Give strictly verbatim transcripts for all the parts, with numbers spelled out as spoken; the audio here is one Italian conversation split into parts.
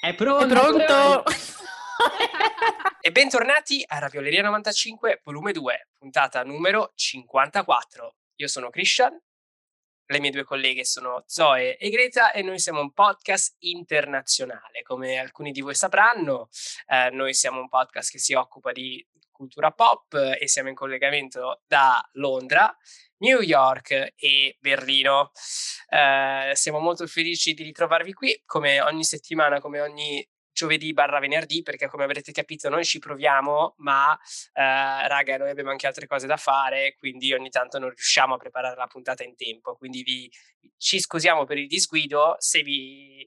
È pronto? È pronto? E bentornati a Ravioleria novantacinque volume due, puntata numero cinquantaquattro. Io sono Christian, le mie due colleghe sono Zoe e Greta e noi siamo un podcast internazionale. Come alcuni di voi sapranno, eh, noi siamo un podcast che si occupa di cultura pop e siamo in collegamento da Londra, New York e Berlino. Eh, siamo molto felici di ritrovarvi qui, come ogni settimana, come ogni giovedì barra venerdì, perché come avrete capito noi ci proviamo, ma eh, raga, noi abbiamo anche altre cose da fare, quindi ogni tanto non riusciamo a preparare la puntata in tempo, quindi vi, ci scusiamo per il disguido. Se vi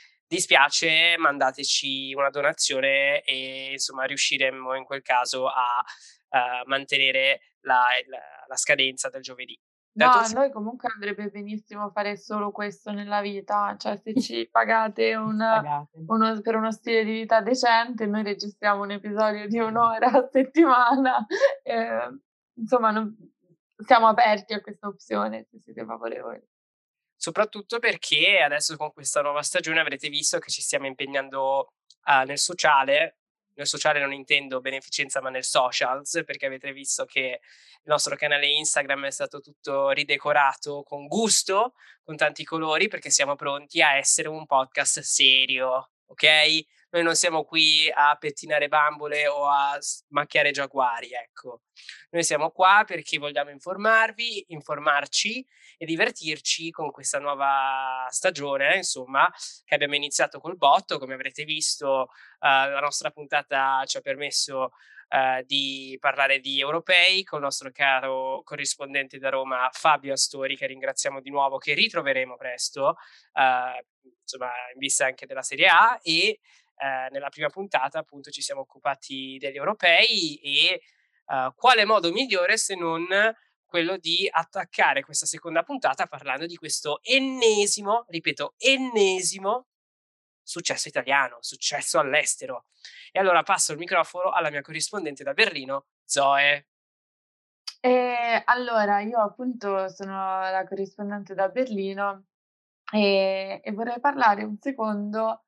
dispiace mandateci una donazione e insomma riusciremo in quel caso a uh, mantenere la, la, la scadenza del giovedì. No, a noi comunque andrebbe benissimo fare solo questo nella vita, cioè se ci pagate un, Pagate. uno, per uno stile di vita decente, noi registriamo un episodio di un'ora a settimana, eh, insomma non, siamo aperti a questa opzione se siete favorevoli. Soprattutto perché adesso con questa nuova stagione avrete visto che ci stiamo impegnando uh, nel sociale. Nel sociale non intendo beneficenza, ma nel socials, perché avete visto che il nostro canale Instagram è stato tutto ridecorato con gusto, con tanti colori, perché siamo pronti a essere un podcast serio, ok? Noi non siamo qui a pettinare bambole o a macchiare giaguari, ecco. Noi siamo qua perché vogliamo informarvi, informarci e divertirci con questa nuova stagione, insomma, che abbiamo iniziato col botto. Come avrete visto, uh, la nostra puntata ci ha permesso uh, di parlare di europei con il nostro caro corrispondente da Roma Fabio Astori, che ringraziamo di nuovo, che ritroveremo presto, uh, insomma, in vista anche della Serie A. E uh, nella prima puntata appunto ci siamo occupati degli europei e uh, quale modo migliore se non quello di attaccare questa seconda puntata parlando di questo ennesimo, ripeto, ennesimo successo italiano, successo all'estero. E allora passo il microfono alla mia corrispondente da Berlino, Zoe. E allora, io appunto sono la corrispondente da Berlino e, e vorrei parlare un secondo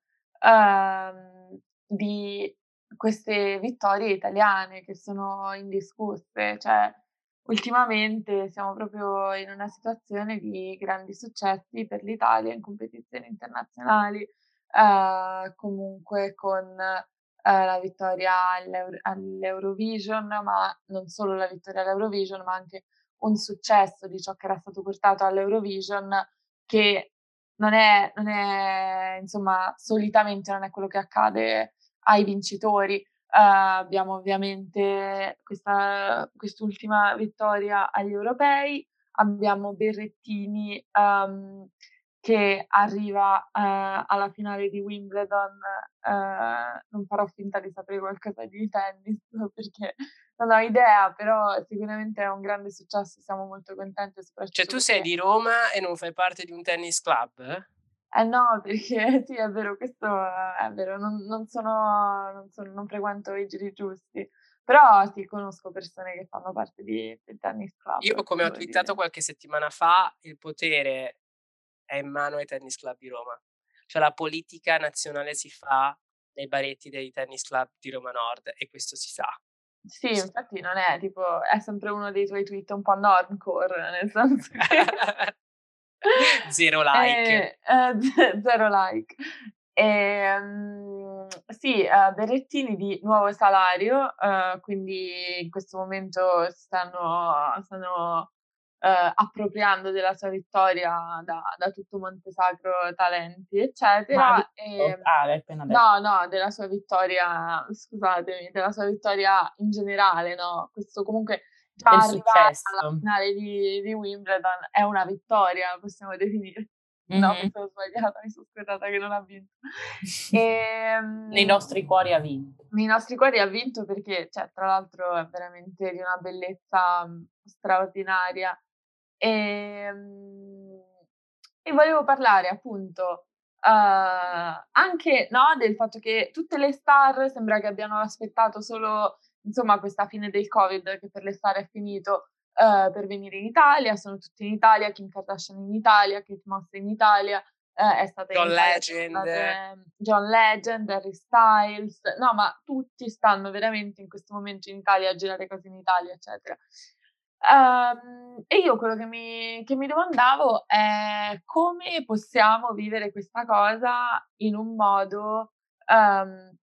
um, di queste vittorie italiane che sono indiscusse, cioè ultimamente siamo proprio in una situazione di grandi successi per l'Italia in competizioni internazionali, uh, comunque con Uh, la vittoria all'Euro- all'Eurovision, ma non solo la vittoria all'Eurovision, ma anche un successo di ciò che era stato portato all'Eurovision, che non è, non è insomma, solitamente non è quello che accade ai vincitori. Uh, abbiamo ovviamente questa, quest'ultima vittoria agli europei, abbiamo Berrettini um, che arriva uh, alla finale di Wimbledon. Uh, non farò finta di sapere qualcosa di tennis perché non ho idea, però sicuramente è un grande successo, siamo molto contenti. Cioè tu perché... sei di Roma e non fai parte di un tennis club? Eh, eh no, perché sì, è vero, questo è vero, non, non sono, non sono, non frequento i giri giusti, però sì, conosco persone che fanno parte di, del tennis club. Io, come ho devo twittato dire. qualche settimana fa, il potere è in mano ai tennis club di Roma. Cioè la politica nazionale si fa nei baretti dei tennis club di Roma Nord e questo si sa. Sì, infatti non è tipo, è sempre uno dei tuoi tweet un po' normcore, nel senso che... Zero like. Eh, eh, z- zero like. E, um, sì, uh, Berrettini di nuovo salario, uh, quindi in questo momento stanno, stanno uh, appropriando della sua vittoria da, da tutto Montesacro Talenti, eccetera. Ma E, ah, l'hai appena detto. no, no, della sua vittoria, scusatemi, della sua vittoria in generale, no? Questo comunque già Del arrivare alla successo. finale di, di Wimbledon è una vittoria, possiamo definire. No, Mhm. mi sono sbagliata, mi sono scordata che non ha vinto. E, Nei nostri cuori ha vinto. nei nostri cuori ha vinto perché, cioè, tra l'altro è veramente di una bellezza mh, straordinaria. E, mh, e volevo parlare appunto uh, anche no, del fatto che tutte le star sembra che abbiano aspettato solo insomma questa fine del Covid, che per le star è finito, uh, per venire in Italia. Sono tutte in Italia, Kim Kardashian in Italia, Kate Moss in Italia, eh, è stata in John Italia, Legend. state John Legend, Harry Styles, no, ma tutti stanno veramente in questo momento in Italia a girare cose in Italia, eccetera. Um, e io quello che mi, che mi domandavo è come possiamo vivere questa cosa in un modo um,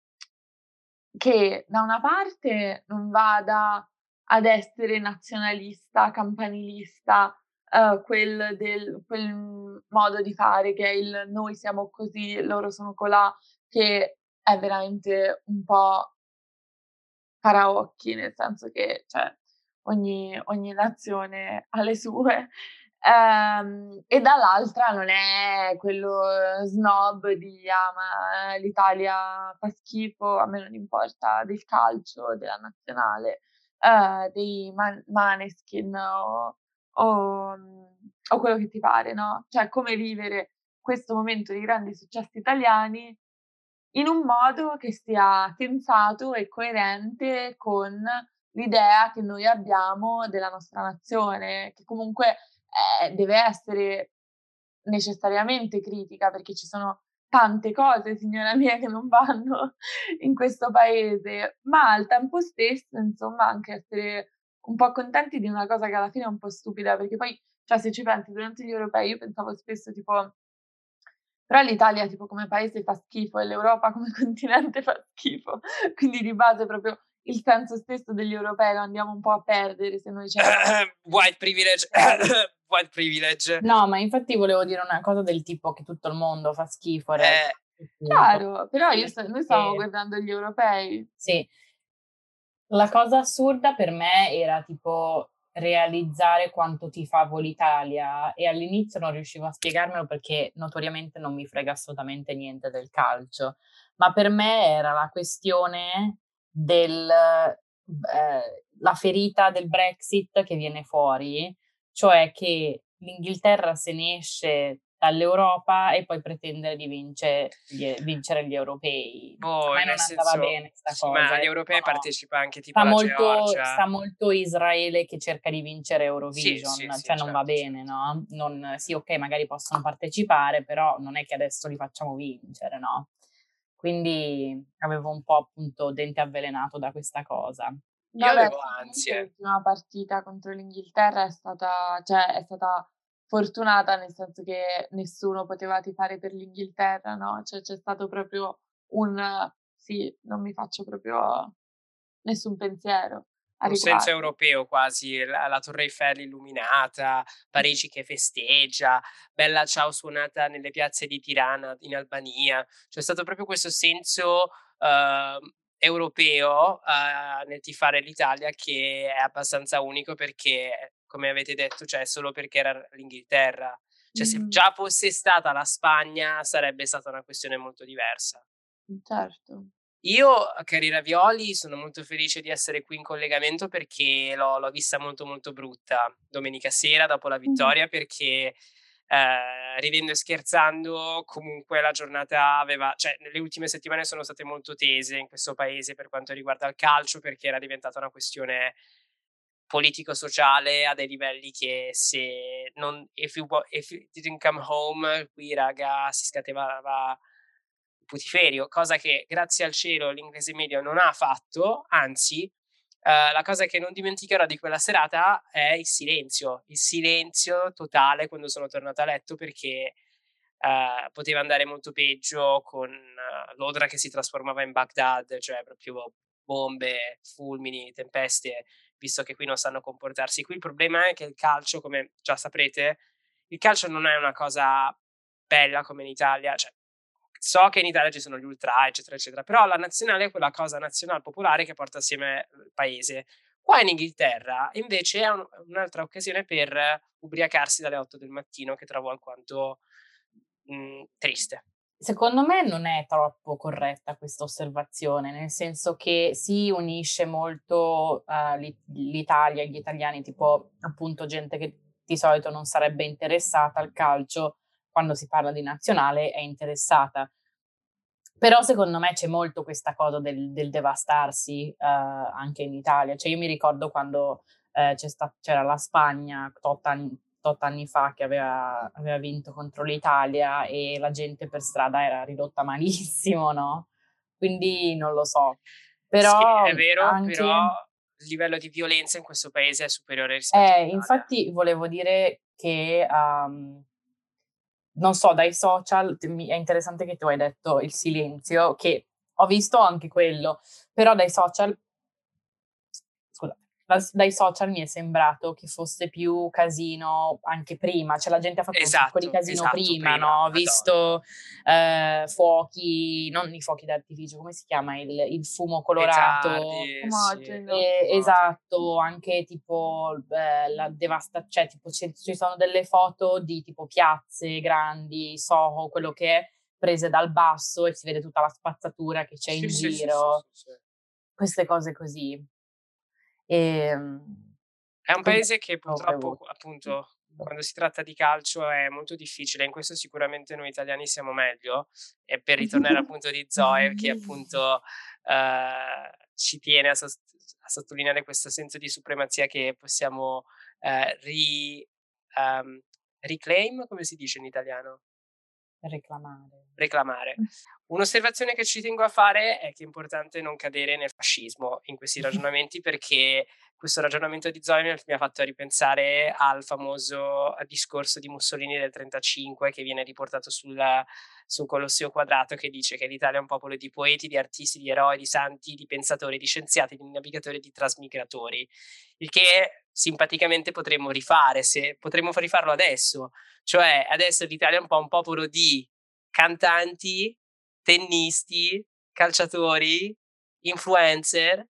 che da una parte non vada ad essere nazionalista, campanilista, uh, quel, del, quel modo di fare che è il noi siamo così, loro sono colà, che è veramente un po' paraocchi, nel senso che cioè, ogni, ogni nazione ha le sue. Ehm, e dall'altra non è quello snob di ah, ma l'Italia fa schifo, a me non importa del calcio, della nazionale, eh, dei Man- Maneskin o, o, o quello che ti pare, no? Cioè come vivere questo momento di grandi successi italiani in un modo che sia sensato e coerente con l'idea che noi abbiamo della nostra nazione, che comunque, ehm, deve essere necessariamente critica, perché ci sono tante cose, signora mia, che non vanno in questo paese, ma al tempo stesso, insomma, anche essere un po' contenti di una cosa che alla fine è un po' stupida, perché poi, cioè, se ci pensi durante gli europei, io pensavo spesso tipo però l'Italia tipo come paese fa schifo e l'Europa come continente fa schifo, quindi di base proprio il senso stesso degli europei lo andiamo un po' a perdere se noi ci andiamo. White privilege. White privilege. No, ma infatti volevo dire una cosa del tipo che tutto il mondo fa schifo in realtà. Eh, Chiaro, però io Sì, sta- noi stavamo che- guardando gli europei. sì. La cosa assurda per me era tipo realizzare quanto tifavo l'Italia e all'inizio non riuscivo a spiegarmelo perché notoriamente non mi frega assolutamente niente del calcio, ma per me era la questione del eh, la ferita del Brexit che viene fuori, cioè che l'Inghilterra se ne esce dall'Europa e poi pretende di vince- gli- vincere gli europei. A boh, me nel non andava senso, bene sta sì, ma cosa. agli E europei dico, no. partecipa anche tipo Sta la molto, Georgia. sta molto Israele che cerca di vincere Sì, sì, Eurovision, sì, cioè non va certo, bene, certo. no? Non, sì, ok, magari possono partecipare, però non è che adesso li facciamo vincere, no? Quindi avevo un po' appunto dente avvelenato da questa cosa. Io Vabbè, avevo sicuramente ansie. l'ultima partita contro l'Inghilterra è stata, cioè, è stata fortunata, nel senso che nessuno poteva tifare per l'Inghilterra, no? Cioè, c'è stato proprio un sì, non mi faccio proprio nessun pensiero a Un senso riguardo. europeo quasi, la, la Torre Eiffel illuminata, Parigi che festeggia, Bella Ciao suonata nelle piazze di Tirana in Albania. C'è stato proprio questo senso uh, europeo uh, nel tifare l'Italia che è abbastanza unico perché, come avete detto, cioè solo perché era l'Inghilterra. Cioè se Mh-mh, già fosse stata la Spagna sarebbe stata una questione molto diversa. certo. Io, cari ravioli, sono molto felice di essere qui in collegamento perché l'ho l'ho vista molto, molto brutta domenica sera dopo la Mh-mh. vittoria perché, ehm, ridendo e scherzando, comunque la giornata aveva cioè nelle ultime settimane sono state molto tese in questo paese per quanto riguarda il calcio, perché era diventata una questione politico-sociale a dei livelli che se non if you wa if you didn't come home, qui raga si scatenava il putiferio, cosa che grazie al cielo l'inglese medio non ha fatto, anzi, ehm, la cosa che non dimenticherò di quella serata è il silenzio, il silenzio totale quando sono tornato a letto perché, ehm, poteva andare molto peggio con uh, Londra che si trasformava in Baghdad, cioè proprio bombe, fulmini, tempeste, visto che qui non sanno comportarsi. Qui il problema è che il calcio, come già saprete, il calcio non è una cosa bella come in Italia, cioè so che in Italia ci sono gli ultra, eccetera, eccetera, però la nazionale è quella cosa nazional popolare che porta assieme il paese. Qua in Inghilterra invece è un, un'altra occasione per ubriacarsi dalle otto del mattino, che trovo alquanto mh, triste. Secondo me non è troppo corretta questa osservazione, nel senso che si unisce molto uh, l'I- l'Italia, gli italiani, tipo appunto gente che di solito non sarebbe interessata al calcio, quando si parla di nazionale è interessata. Però secondo me c'è molto questa cosa del, del devastarsi uh, anche in Italia. Cioè io mi ricordo quando uh, c'è sta- c'era la Spagna tot, anni, tot anni fa che aveva, aveva vinto contro l'Italia e la gente per strada era ridotta malissimo, no? Quindi non lo so. Però sì, è vero, anche... però il livello di violenza in questo paese è superiore rispetto Eh, all'Italia. infatti volevo dire che, um, non so, dai social, te- mi- è interessante che tu hai detto il silenzio, che ho visto anche quello, però dai social, scusa, da- dai social mi è sembrato che fosse più casino anche prima, cioè la gente ha fatto un sacco di Esatto, casino esatto, prima, prima, no? Ho Madonna. visto eh, fuochi, non i fuochi d'artificio, come si chiama? Il, il fumo colorato. Petardi, sì, Fumogeno. Eh, fumogeno. esatto, anche tipo eh, la devasta, cioè tipo ci ci sono delle foto di tipo piazze grandi, Soho, quello che è, prese dal basso e si vede tutta la spazzatura che c'è Sì, in sì, sì, sì, giro, sì, sì. queste cose così. E, È un quindi paese che purtroppo, volevo- appunto, quando si tratta di calcio è molto difficile. In questo sicuramente noi italiani siamo meglio. E per ritornare al punto di Zoe, che appunto eh, ci tiene a, sos- a sottolineare questo senso di supremazia che possiamo eh, ri, ehm, reclaim, come si dice in italiano? reclamare. Reclamare. Un'osservazione che ci tengo a fare è che è importante non cadere nel fascismo in questi ragionamenti, perché questo ragionamento di Zoe mi ha fatto ripensare al famoso discorso di Mussolini del trentacinque che viene riportato sul, sul Colosseo Quadrato, che dice che l'Italia è un popolo di poeti, di artisti, di eroi, di santi, di pensatori, di scienziati, di navigatori e di trasmigratori. Il che simpaticamente potremmo rifare, se potremmo rifarlo adesso. Cioè, adesso l'Italia è un po' un popolo di cantanti, tennisti, calciatori, influencer,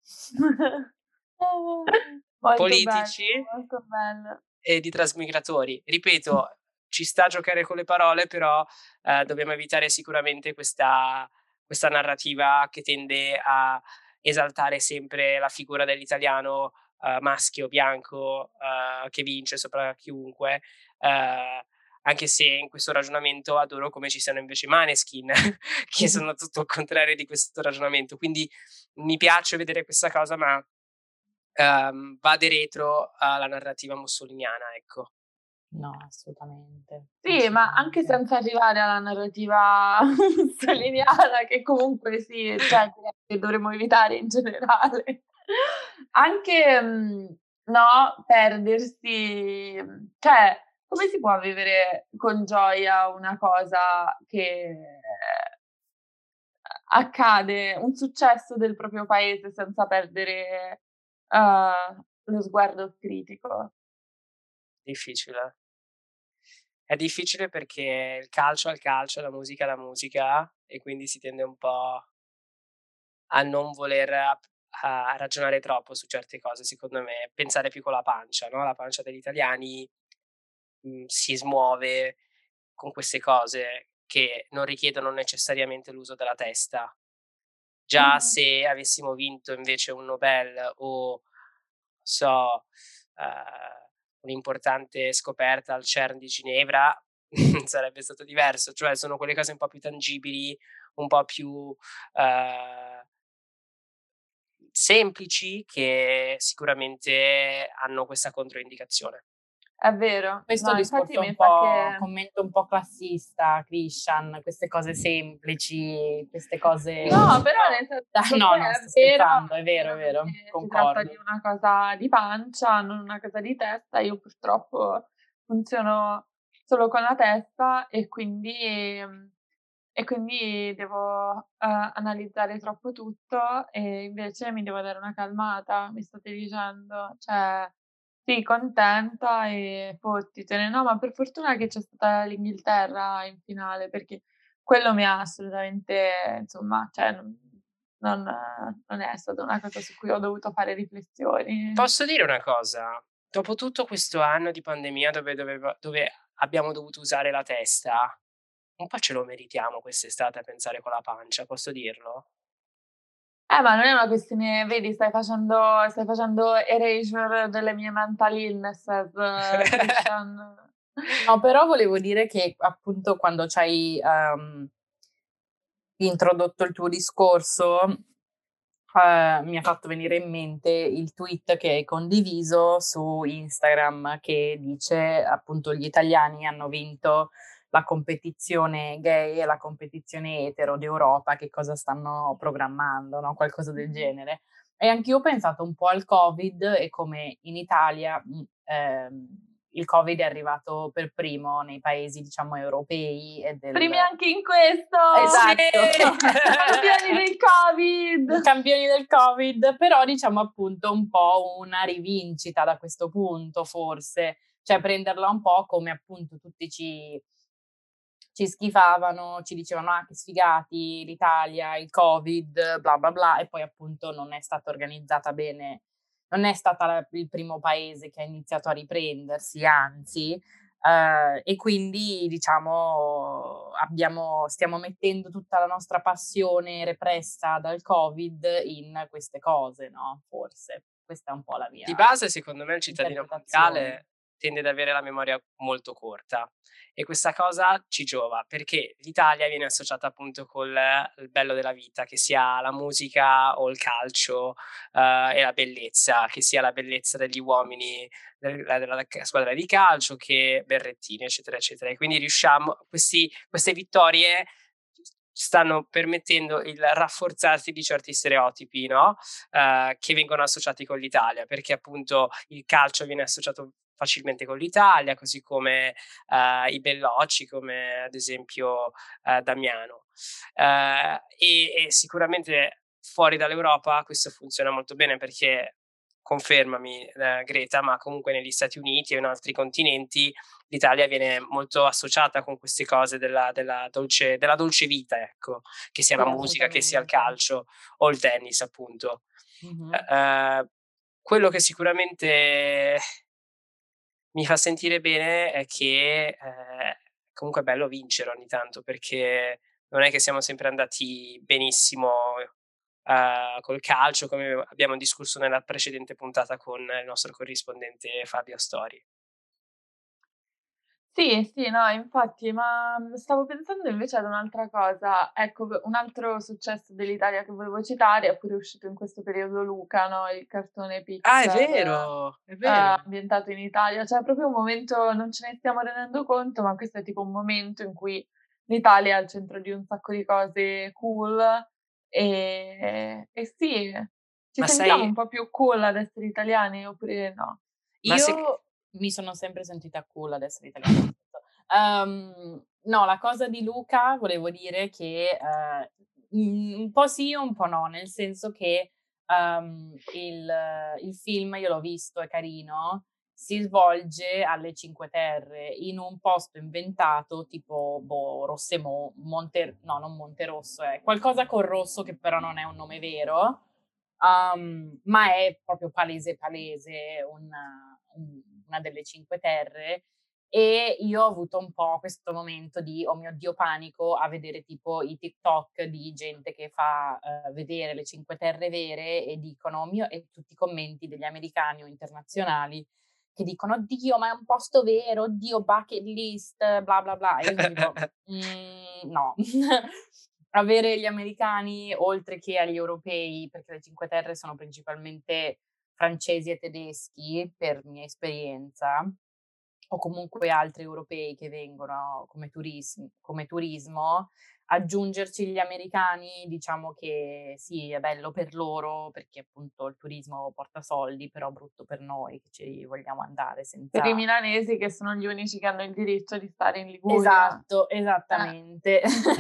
Molto politici bello, molto bello. e di trasmigratori. Ripeto, ci sta a giocare con le parole, però eh, dobbiamo evitare sicuramente questa, questa narrativa che tende a esaltare sempre la figura dell'italiano eh, maschio, bianco, eh, che vince sopra chiunque. Eh, anche se in questo ragionamento adoro come ci siano invece i Maneskin, che sono tutto il contrario di questo ragionamento. Quindi mi piace vedere questa cosa, ma um, vade retro alla narrativa mussoliniana, ecco. No, assolutamente. Sì, ma anche assolutamente. senza arrivare alla narrativa mussoliniana, che comunque sì, cioè che dovremmo evitare in generale. Anche, mhmm, no, perdersi cioè, come si può vivere con gioia una cosa che accade, un successo del proprio paese senza perdere, uhm, lo sguardo critico? Difficile. È difficile perché il calcio è il calcio, la musica è la musica, e quindi si tende un po' a non voler a a ragionare troppo su certe cose, secondo me, pensare più con la pancia, no, la pancia degli italiani, mhmm, si smuove con queste cose che non richiedono necessariamente l'uso della testa. Già Mh-mh. se avessimo vinto invece un Nobel o, so, ehm, un'importante scoperta al CERN di Ginevra, sarebbe stato diverso. Cioè sono quelle cose un po' più tangibili, un po' più, ehm semplici, che sicuramente hanno questa controindicazione. È vero. Questo No, infatti discorso è mi un sa po' che commento un po' classista, Christian, queste cose semplici, queste cose no, però No, nel dai, senso no, poi no, è sto vero scherzando, è è vero, è vero vero, perché si tratta di concordo. una cosa di pancia, non una cosa di testa. Io purtroppo funziono solo con la testa e quindi mhmm, e quindi devo, uhm, analizzare troppo tutto e invece mi devo dare una calmata, mi state dicendo. Cioè, sì, contenta e fottitene. No, ma per fortuna che c'è stata l'Inghilterra in finale, perché quello mi ha assolutamente insomma, cioè non non non è stata una cosa su cui ho dovuto fare riflessioni. posso dire una cosa? Dopo tutto questo anno di pandemia dove doveva dove abbiamo dovuto usare la testa, un po' ce lo meritiamo quest'estate a pensare con la pancia, posso dirlo? Eh, ma non è una questione vedi stai facendo stai facendo erasure delle mie mental illnesses, Christian. No, però volevo dire che appunto quando c'hai, uhm, introdotto il tuo discorso, Uh, mi ha fatto venire in mente il tweet che hai condiviso su Instagram che dice appunto gli italiani hanno vinto la competizione gay e la competizione etero d'Europa, che cosa stanno programmando, no? Qualcosa del genere. E anch'io ho pensato un po' al Covid e come in Italia mh, ehm, il Covid è arrivato per primo nei paesi, diciamo, europei e del... Primi anche in questo! Esatto! Campioni del Covid! Campioni del Covid, però diciamo appunto un po' una rivincita da questo punto, forse. Cioè prenderla un po' come appunto tutti ci, ci schifavano, ci dicevano ah che sfigati, l'Italia, il Covid, bla bla bla, e poi appunto non è stata organizzata bene, non è stata la- il primo paese che ha iniziato a riprendersi, anzi, eh, e quindi diciamo abbiamo, stiamo mettendo tutta la nostra passione repressa dal Covid in queste cose, no? Forse. Questa è un po' la mia Di base, secondo me, il cittadino interpretazione. mondiale tende ad avere la memoria molto corta e questa cosa ci giova perché l'Italia viene associata appunto col il bello della vita, che sia la musica o il calcio eh, e la bellezza, che sia la bellezza degli uomini della, della squadra di calcio che berrettini, eccetera, eccetera. E quindi riusciamo, questi, queste vittorie stanno permettendo il rafforzarsi di certi stereotipi, no? Uh, che vengono associati con l'Italia, perché appunto il calcio viene associato facilmente con l'Italia, così come uh, i bellocci, come ad esempio uh, Damiano. Uh, e, e sicuramente fuori dall'Europa questo funziona molto bene perché, confermami eh, Greta, ma comunque negli Stati Uniti e in altri continenti l'Italia viene molto associata con queste cose della, della, dolce, della dolce vita, ecco, che sia Sì, la musica, che sia il assolutamente. calcio o il tennis, appunto. Mhm. Uh, quello che sicuramente mi fa sentire bene è che eh, comunque è bello vincere ogni tanto, perché non è che siamo sempre andati benissimo uh, col calcio, come abbiamo discusso nella precedente puntata con il nostro corrispondente Fabio Astori. Sì, sì, no, infatti, ma mhmm, stavo pensando invece ad un'altra cosa. Ecco, v un altro successo dell'Italia che volevo citare, è pure uscito in questo periodo Luca, no, il cartone Ah, è Pixar, vero, è ehm, vero. ambientato in Italia. Cioè, proprio un momento non ce ne stiamo rendendo conto, ma questo è tipo un momento in cui l'Italia è al centro di un sacco di cose cool, e e sì, ci Ma sentiamo sai, un po' più cool ad essere italiani oppure no? ma se... Io mi sono sempre sentita cool ad essere italiana. Um, no, la cosa di Luca volevo dire che uh, un po' sì, un po' no, nel senso che um, il, il film, io l'ho visto, è carino, si svolge alle Cinque Terre, in un posto inventato tipo boh, Rossemo, Monte, no, non Monterosso, è qualcosa con rosso che però non è un nome vero. Um, ma è proprio palese palese una, un- una delle Cinque Terre, e io ho avuto un po' questo momento di oh mio Dio panico a vedere tipo i TikTok di gente che fa eh, vedere le Cinque Terre vere e dicono "Oh mio", e tutti i commenti degli americani o internazionali che dicono oddio ma è un posto vero, oddio bucket list, bla bla bla, e io mi dico "Mm, no". Avere gli americani oltre che agli europei, perché le Cinque Terre sono principalmente francesi e tedeschi, per mia esperienza, o comunque altri europei che vengono come turism come turismo, aggiungerci gli americani diciamo che sì, è bello per loro perché appunto il turismo porta soldi, però brutto per noi che ci vogliamo andare Per i senza... milanesi che sono gli unici che hanno il diritto di stare in Liguria. Esatto, Eh. esattamente.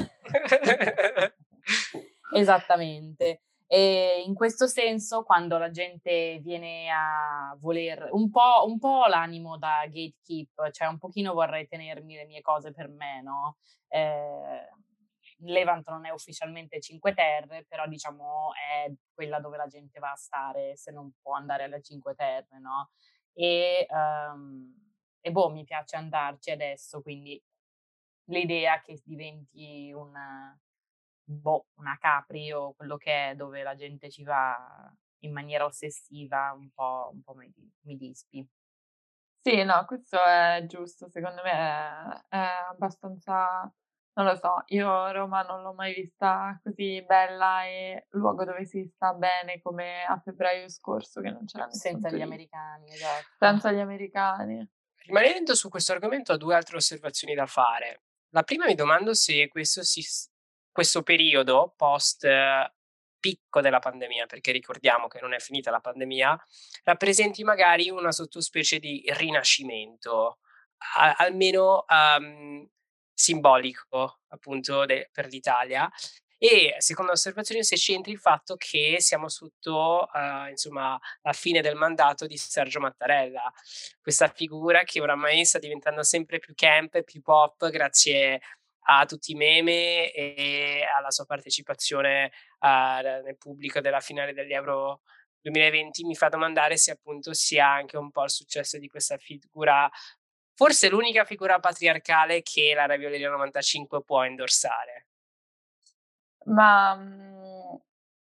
Esattamente. E in questo senso, quando la gente viene a voler un po' un po' l'animo da gatekeep, cioè un pochino vorrei tenermi le mie cose per me, no, ehm, Levanto non è ufficialmente Cinque Terre, però diciamo è quella dove la gente va a stare se non può andare alle Cinque Terre, no, e, uhm, e boh, mi piace andarci adesso, quindi l'idea che diventi un boh, una Capri o quello che è, dove la gente ci va in maniera ossessiva, un po' un po' mi di mi dispi. Sì, no, questo è giusto, secondo me è è abbastanza non lo so, io Roma non l'ho mai vista così bella e luogo dove si sta bene come a febbraio scorso, che non c'era nessun Senza gli turista. americani, esatto. Senza gli americani. Rimanendo su questo argomento ho due altre osservazioni da fare. La prima, mi domando se questo, si, questo periodo post eh, picco della pandemia, perché ricordiamo che non è finita la pandemia, rappresenti magari una sottospecie di rinascimento, a, almeno um, simbolico appunto de, per l'Italia. E seconda osservazione, se c'entri il fatto che siamo sotto uh, insomma la fine del mandato di Sergio Mattarella, questa figura che oramai sta diventando sempre più camp, più pop grazie a tutti i meme e alla sua partecipazione uh, nel pubblico della finale degli Euro duemilaventi. Mi fa domandare se appunto sia anche un po' il successo di questa figura, forse l'unica figura patriarcale che la Ravioleria novantacinque può indossare. Ma um,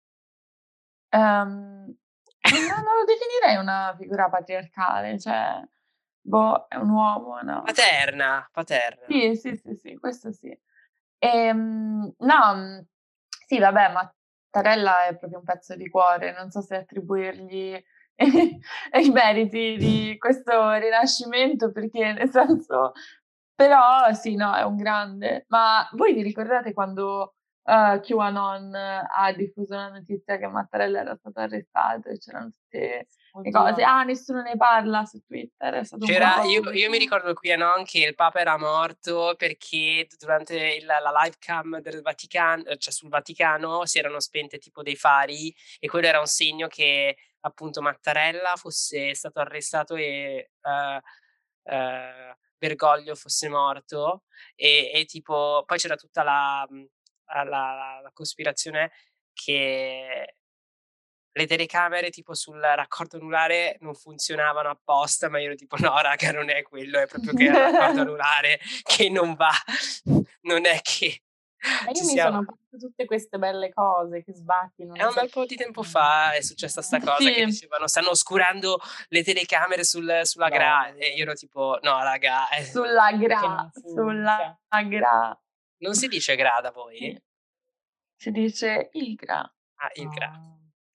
um, non lo definirei una figura patriarcale, cioè, boh, è un uomo, no? Paterna, paterna. Sì, sì, sì, sì, questo sì. Ehm, no, sì, vabbè, Mattarella è proprio un pezzo di cuore, non so se attribuirgli i meriti di questo rinascimento, perché nel senso, però sì, no, è un grande. Ma voi vi ricordate quando uh, QAnon ha diffuso la notizia che Mattarella era stato arrestato e c'erano tutte le cose? Ah, nessuno ne parla su Twitter, è stato un C'era, po'. io, io mi ricordo qui a non che il Papa era morto perché durante il, la live cam del Vaticano, cioè sul Vaticano, si erano spente tipo dei fari e quello era un segno che appunto Mattarella fosse stato arrestato e uh, uh, Bergoglio fosse morto e, e tipo poi c'era tutta la, la, la, la cospirazione che le telecamere tipo sul raccordo anulare non funzionavano apposta, ma io ero tipo no raga, non è quello, è proprio che è il raccordo anulare che non va, non è che Ma io ci mi siamo... sono perse tutte queste belle cose che sbatti, non È ne un so bel po' di più tempo niente. fa è successa sta cosa Sì. che dicevano stanno oscurando le telecamere sul, sulla No, gra e io ero tipo no raga, eh, Sulla che gra, non sulla funziona. gra. non si dice gra da voi? Sì. Si dice il gra. Ah, il gra. Ah.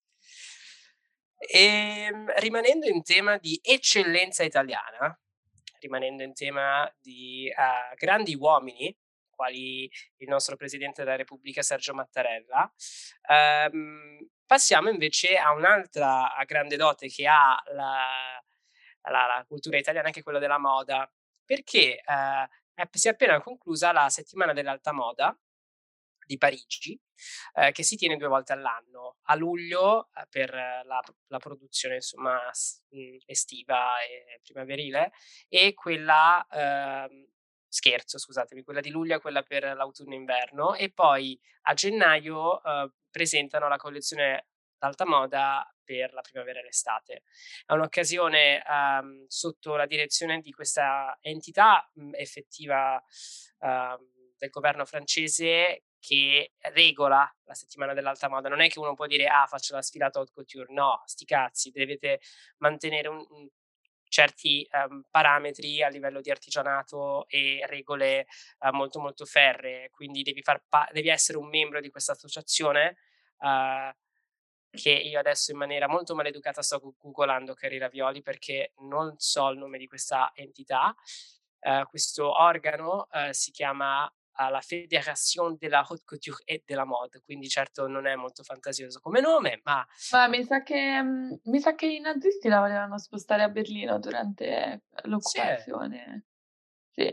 E rimanendo in tema di eccellenza italiana, rimanendo in tema di uh, grandi uomini, quali il nostro Presidente della Repubblica Sergio Mattarella, um, passiamo invece a un'altra grande dote che ha la, la, la cultura italiana, che è quella della moda, perché uh, si è appena conclusa la settimana dell'alta moda di Parigi, eh, che si tiene due volte all'anno, a luglio eh, per la, la produzione insomma s- mh, estiva e primaverile, e quella eh, scherzo, scusatemi, quella di luglio è quella per l'autunno-inverno, e poi a gennaio eh, presentano la collezione d'alta moda per la primavera e l'estate. È un'occasione um, sotto la direzione di questa entità mh, effettiva uh, del governo francese che regola la settimana dell'alta moda. Non è che uno può dire ah faccio la sfilata haute couture, no, sti cazzi, dovete mantenere un, un certi um, parametri a livello di artigianato e regole uh, molto molto ferree, quindi devi, far pa- devi essere un membro di questa associazione uh, che io adesso in maniera molto maleducata sto googolando, cari ravioli, perché non so il nome di questa entità. Uh, questo organo uh, si chiama uh, la Fédération de la Haute Couture et de la Mode, quindi certo non è molto fantasioso come nome, ma... Ma mi sa che mhmm, mi sa che i nazisti la volevano spostare a Berlino durante Sì, e l'occupazione. Sì.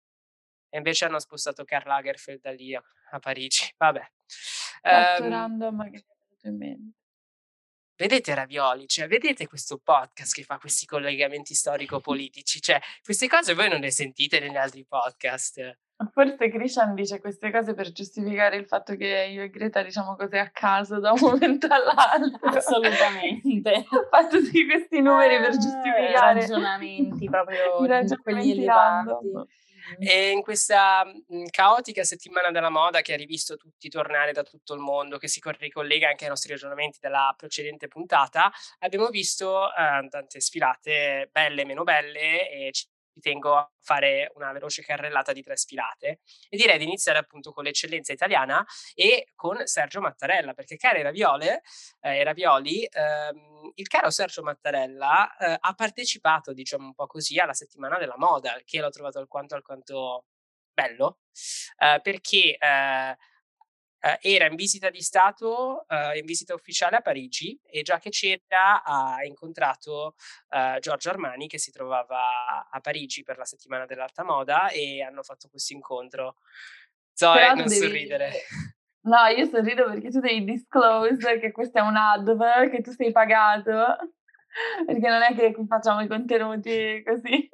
invece hanno spostato Karl Lagerfeld da lì a, a Parigi. Vabbè. Fatto Um, random che mi è venuto in mente. Vedete ravioli, cioè vedete questo podcast che fa questi collegamenti storico-politici, cioè queste cose voi non le sentite negli altri podcast. Forse Krishan dice queste cose per giustificare il fatto che io e Greta diciamo cose a caso da un momento all'altro. Assolutamente. Fa tutti questi numeri per Eh, giustificare ragionamenti proprio i quelli ragionamenti elevanti. random. E in questa mh, caotica settimana della moda che ha rivisto tutti tornare da tutto il mondo, che si ricollega anche ai nostri ragionamenti della precedente puntata, abbiamo visto eh, tante sfilate belle e meno belle, e ci ci tengo a fare una veloce carrellata di tre sfilate e direi di iniziare appunto con l'eccellenza italiana e con Sergio Mattarella, perché cari Raviole eh, Ravioli, ehm, il caro Sergio Mattarella eh, ha partecipato, diciamo un po' così, alla settimana della moda, che l'ho trovato alquanto alquanto bello, eh, perché eh, Uh, era in visita di Stato, uh, in visita ufficiale a Parigi, e già che c'era ha incontrato uh, Giorgio Armani, che si trovava a Parigi per la settimana dell'alta moda, e hanno fatto questo incontro. Zoe, Però non tu devi... sorridere. No, io sorrido perché tu devi disclose che questo è un advert, che tu sei pagato, perché non è che facciamo i contenuti così,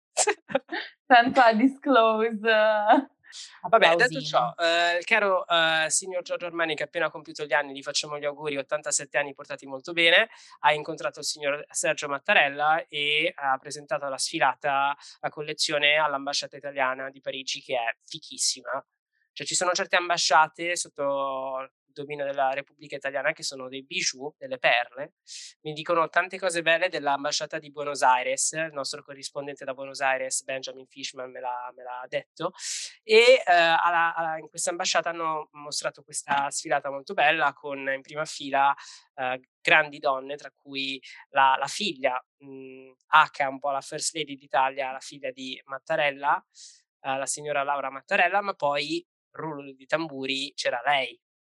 senza disclose. Vabbè, detto ciò, eh, il caro eh, signor Giorgio Armani, che ha appena compiuto gli anni, gli facciamo gli auguri, ottantasette anni portati molto bene, ha incontrato il signor Sergio Mattarella e ha presentato la sfilata, la collezione all'ambasciata italiana di Parigi, che è fichissima. Cioè ci sono certe ambasciate sotto il dominio della Repubblica Italiana che sono dei bijou, delle perle. Mi dicono tante cose belle dell'ambasciata di Buenos Aires, il nostro corrispondente da Buenos Aires, Benjamin Fishman, me l'ha, me l'ha detto, e eh, alla, alla, in questa ambasciata hanno mostrato questa sfilata molto bella con in prima fila eh, grandi donne, tra cui la, la figlia mh, H, un po' la first lady d'Italia, la figlia di Mattarella, eh, la signora Laura Mattarella, ma poi rullo di tamburi c'era lei,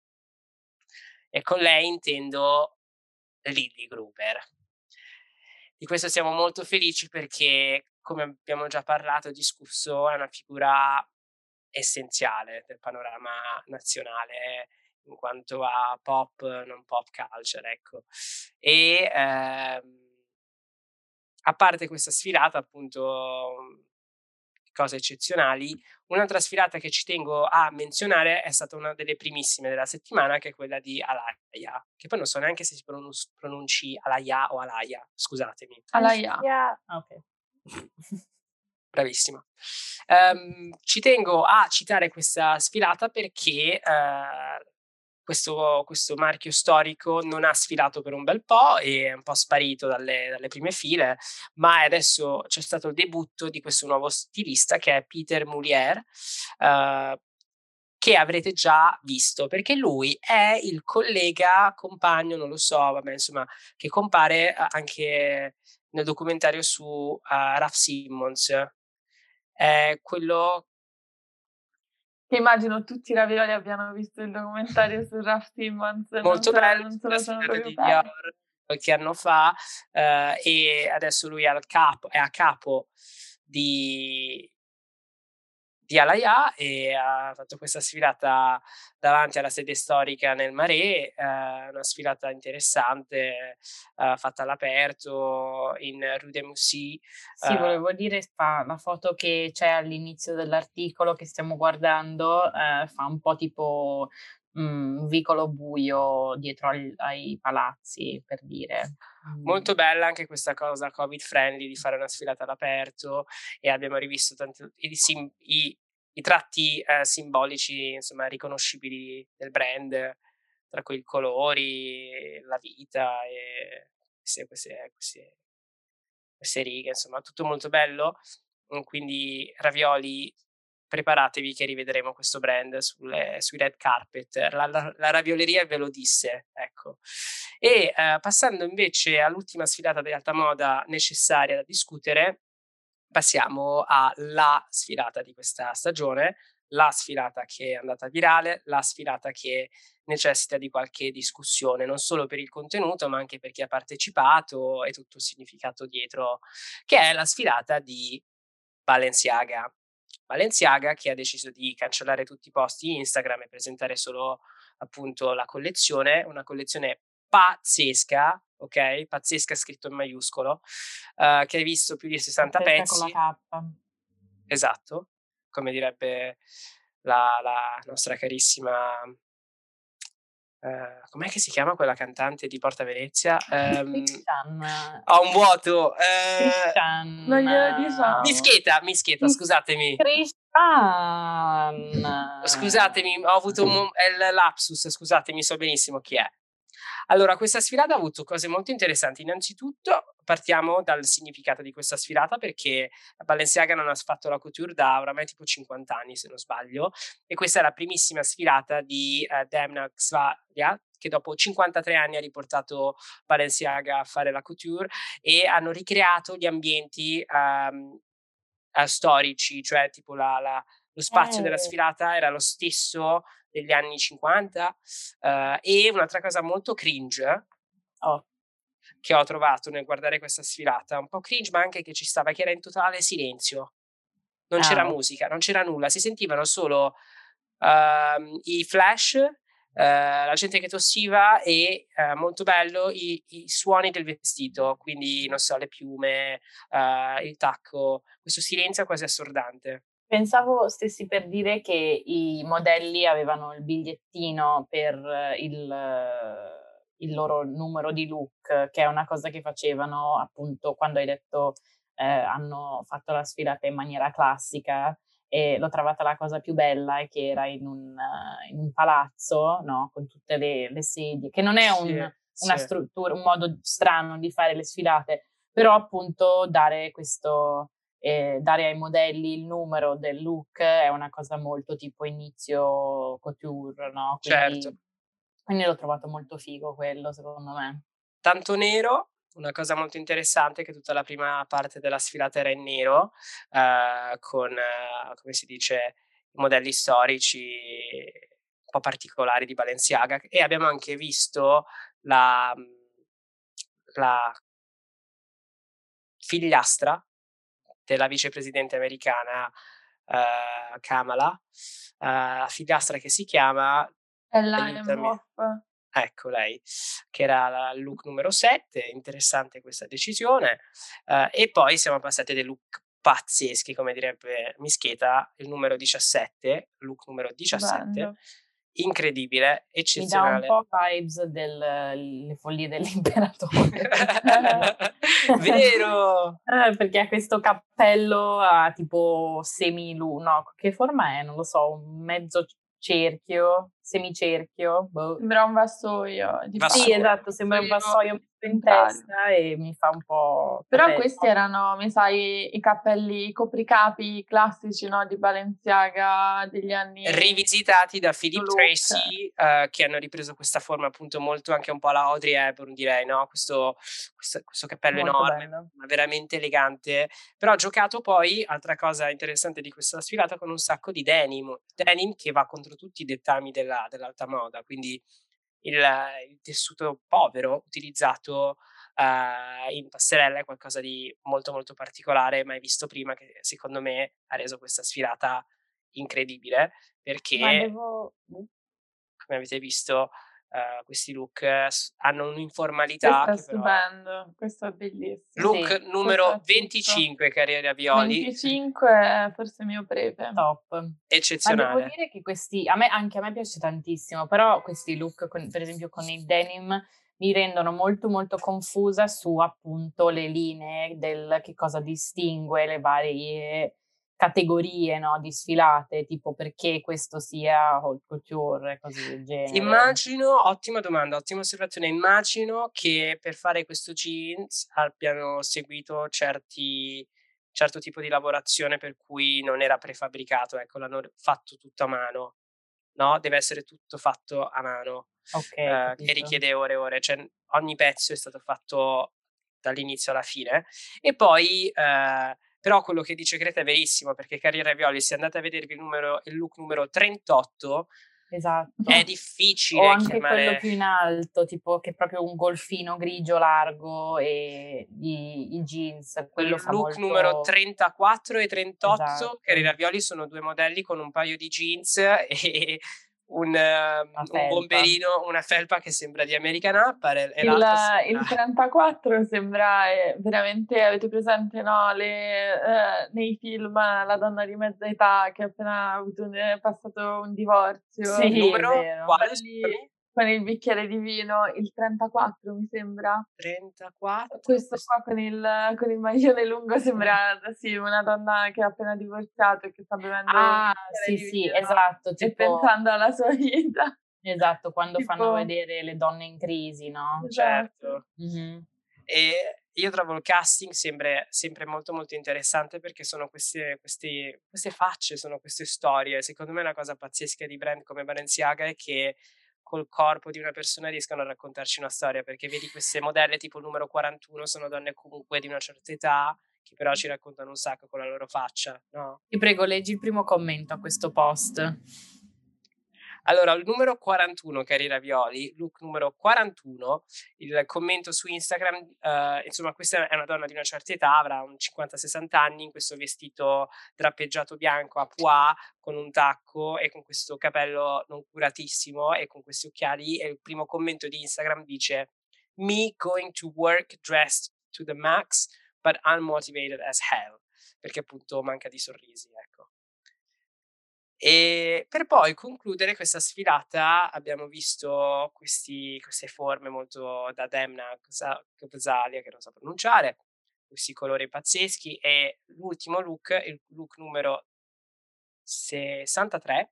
e con lei intendo Lilli Gruber. Di questo siamo molto felici perché, come abbiamo già parlato e discusso, è una figura essenziale del panorama nazionale in quanto a pop, non pop culture, ecco. E ehm, a parte questa sfilata, appunto, cose eccezionali, un'altra sfilata che ci tengo a menzionare è stata una delle primissime della settimana, che è quella di Alaia, che poi non so neanche se si pronunci, pronunci Alaia o Alaia, scusatemi. Alaia. Yeah. Ok. Bravissima. Um, ci tengo a citare questa sfilata perché uh, questo, questo marchio storico non ha sfilato per un bel po' e è un po' sparito dalle, dalle prime file, ma adesso c'è stato il debutto di questo nuovo stilista che è Peter Moulier, uh, che avrete già visto, perché lui è il collega, compagno, non lo so, vabbè, insomma, che compare anche nel documentario su uh, Raf Simons. È quello che immagino tutti i Ravioli abbiano visto il documentario su Raf Simons, molto non bello, non se lo sono proprio di perso. Dior qualche anno fa, eh, e adesso lui è, al capo, è a capo di di Alaia e ha fatto questa sfilata davanti alla sede storica nel Marais, eh, una sfilata interessante, eh, fatta all'aperto in Rue de Mussy. Sì, eh, volevo dire, fa, la foto che c'è all'inizio dell'articolo che stiamo guardando eh, fa un po' tipo mm, un vicolo buio dietro al, ai palazzi, per dire. Molto bella anche questa cosa covid friendly di fare una sfilata all'aperto, e abbiamo rivisto tanti i, sim, i, i tratti eh, simbolici, insomma, riconoscibili del brand, tra cui i colori, la vita e queste, queste, queste, queste righe, insomma, tutto molto bello. Quindi Ravioli, preparatevi che rivedremo questo brand sulle, sui red carpet. La, la, la ravioleria ve lo disse, ecco. E eh, passando invece all'ultima sfilata di alta moda necessaria da discutere, passiamo alla sfilata di questa stagione, la sfilata che è andata virale, la sfilata che necessita di qualche discussione, non solo per il contenuto, ma anche per chi ha partecipato e tutto il significato dietro, che è la sfilata di Balenciaga. Balenciaga che ha deciso di cancellare tutti i post Instagram e presentare solo appunto la collezione, una collezione pazzesca, ok? Pazzesca scritto in maiuscolo, uh, che hai visto più di sessanta Pazzesca pezzi. con la K. Esatto, come direbbe la, la nostra carissima... Uh, com'è che si chiama quella cantante di Porta Venezia? Um, Christian. Ho un vuoto. Uh, Christian. Non glielo diciamo. Mischeta, Mischeta, scusatemi. Christian. Scusatemi, ho avuto un mo- il lapsus, scusatemi, so benissimo chi è. Allora, questa sfilata ha avuto cose molto interessanti. Innanzitutto partiamo dal significato di questa sfilata, perché Balenciaga non ha fatto la couture da oramai tipo cinquanta anni, se non sbaglio, e questa è la primissima sfilata di uh, Demna Gvasalia, che dopo cinquantatré anni ha riportato Balenciaga a fare la couture, e hanno ricreato gli ambienti um, uh, storici, cioè tipo la, la, lo spazio della Eh. sfilata era lo stesso degli anni cinquanta. Uh, e un'altra cosa molto cringe Oh. che ho trovato nel guardare questa sfilata, un po' cringe ma anche che ci stava, che era in totale silenzio. Non c'era Ah, ok. musica, non c'era nulla, si sentivano solo uh, i flash, uh, la gente che tossiva e, uh, molto bello, i, i suoni del vestito, quindi non so, le piume, uh, il tacco, questo silenzio quasi assordante. Pensavo stessi per dire che i modelli avevano il bigliettino per il, il loro numero di look, che è una cosa che facevano appunto quando hai detto eh, hanno fatto la sfilata in maniera classica, e l'ho trovata la cosa più bella, è che era in un, in un palazzo, no? Con tutte le, le sedie, che non è un, Sì, una sì. struttura, un modo strano di fare le sfilate, però appunto dare questo... E dare ai modelli il numero del look è una cosa molto tipo inizio couture, no? Quindi, Certo. quindi l'ho trovato molto figo quello, secondo me. Tanto nero, una cosa molto interessante è che tutta la prima parte della sfilata era in nero, uh, con, uh, come si dice, i modelli storici un po' particolari di Balenciaga, e abbiamo anche visto la, la figliastra della vicepresidente americana uh, Kamala, uh, figliastra che si chiama, Ella aiutami, Emhoff. ecco lei, che era il look numero sette, interessante questa decisione, uh, e poi siamo passati a dei look pazzeschi, come direbbe Mischeta, il numero diciassette, look numero diciassette, Bello. incredibile, Mi dà un eccezionale. po' vibes delle follie dell'imperatore. Vero! Eh, perché ha questo cappello a tipo semilu, no, che forma è? Non lo so, un mezzo cerchio, semicerchio, boh. Sembra un vassoio. Di Vassoio. Sì, esatto, sembra un vassoio messo in testa e mi fa un po' Però capello. questi erano, mi sai, i cappelli, i copricapi classici, no, di Balenciaga degli anni... rivisitati da Philippe look. Tracy, uh, che hanno ripreso questa forma appunto molto anche un po' alla Audrey Hepburn, direi, no? Questo, questo, questo cappello Molto enorme, bello. ma veramente elegante. Però ho giocato poi, altra cosa interessante di questa sfilata, con un sacco di denim, denim che va contro tutti i dettami della, dell'alta moda, quindi il, il tessuto povero utilizzato uh, in passerella è qualcosa di molto molto particolare, mai visto prima, che secondo me ha reso questa sfilata incredibile, perché Ma devo... come avete visto uh, questi look s- hanno un'informalità Questo è che però... stupendo, questo è bellissimo. Look Sì, numero venticinque, cari ravioli. venticinque è forse il mio prefe. top. Ma devo Eccezionale. dire che questi, a me, anche a me piace tantissimo, però questi look, con, per esempio con il denim, mi rendono molto molto confusa su appunto le linee del che cosa distingue le varie categorie, no, di sfilate, tipo perché questo sia haute couture e cose del genere. Immagino, ottima domanda, ottima osservazione, immagino che per fare questo jeans abbiano seguito certi, certo tipo di lavorazione per cui non era prefabbricato, ecco, l'hanno fatto tutto a mano, no? Deve essere tutto fatto a mano, Ok, eh, che capito. richiede ore e ore, cioè ogni pezzo è stato fatto dall'inizio alla fine. E poi, eh, però quello che dice Greta è verissimo, perché cari ravioli, se andate a vedervi il, numero, il look numero trentotto, Esatto. è O difficile anche chiamare... quello più in alto, tipo che è proprio un golfino grigio largo e i, i jeans, quello Il fa look molto... numero trentaquattro e trentotto, Esatto. cari ravioli, sono due modelli con un paio di jeans e un, um, un bomberino, una felpa che sembra di American Apparel e Il, l'altro sembra... il trentaquattro sembra eh, veramente, avete presente, no, le, eh, nei film la donna di mezza età che ha appena avuto un, è passato un divorzio. Sì, Il numero? è vero. Quale? Quelli con il bicchiere di vino, il trentaquattro mi sembra. trentaquattro. Questo qua con il, con il maglione lungo sembra sì, una donna che ha appena divorziato e che sta bevendo Ah, un bicchiere sì, di sì, vino esatto, e tipo... pensando alla sua vita. Esatto, quando fanno Tipo vedere le donne in crisi, no? esatto. Certo. Mh-mh. E io trovo il casting sempre sempre molto, molto interessante perché sono queste questi queste facce, sono queste storie. Secondo me una cosa pazzesca di brand come Balenciaga è che col corpo di una persona riescono a raccontarci una storia, perché vedi queste modelle tipo il numero quarantuno sono donne comunque di una certa età, che però ci raccontano un sacco con la loro faccia, no? Ti prego, leggi il primo commento a questo post. Allora, il numero quarantuno, cari ravioli, look numero quarantuno, il commento su Instagram, eh, insomma, questa è una donna di una certa età, avrà un cinquanta sessanta anni, in questo vestito drappeggiato bianco a pois, con un tacco e con questo capello non curatissimo e con questi occhiali. E il primo commento di Instagram dice: Me going to work dressed to the max, but unmotivated as hell. Perché appunto manca di sorrisi, ecco. E per poi concludere questa sfilata abbiamo visto questi queste forme molto da Demna Gza Gvasalia, che non so pronunciare, questi colori pazzeschi, e l'ultimo look, il look numero sessantatré,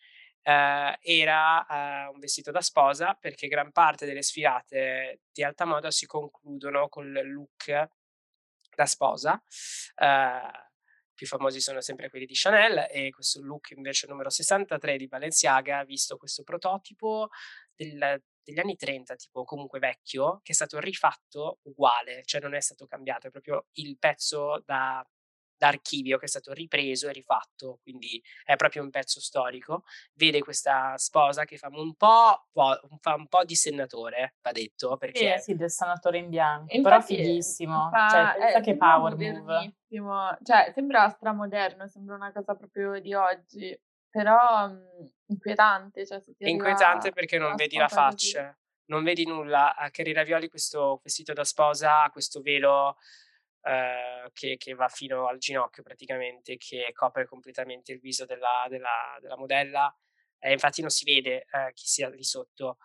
ehm, era, ehm, un vestito da sposa, perché gran parte delle sfilate di alta moda si concludono col look da sposa. Ehm, più famosi sono sempre quelli di Chanel, e questo look invece numero sessantatré di Balenciaga ha visto questo prototipo del degli anni trenta, tipo comunque vecchio, che è stato rifatto uguale, cioè non è stato cambiato, è proprio il pezzo da da archivio che è stato ripreso e rifatto, quindi è proprio un pezzo storico. Vede questa sposa che fa un po' po fa un po' di sennatore, va detto, Sì, eh perché sì, del sanatore in bianco, però Infatti, ehm, fighissimo. Cioè, fa pensa eh, che sembra power move. modernissimo, cioè sembra stramoderno, sembra una cosa proprio di oggi, però, mhmm, inquietante, cioè se ti è arriva inquietante perché non una vedi la sposa così. faccia, non vedi nulla. A Carrie Ravioli questo vestito da sposa ha questo velo, ehm, che che va fino al ginocchio praticamente, che copre completamente il viso della della della modella, e infatti non si vede, ehm, chi sia lì sotto.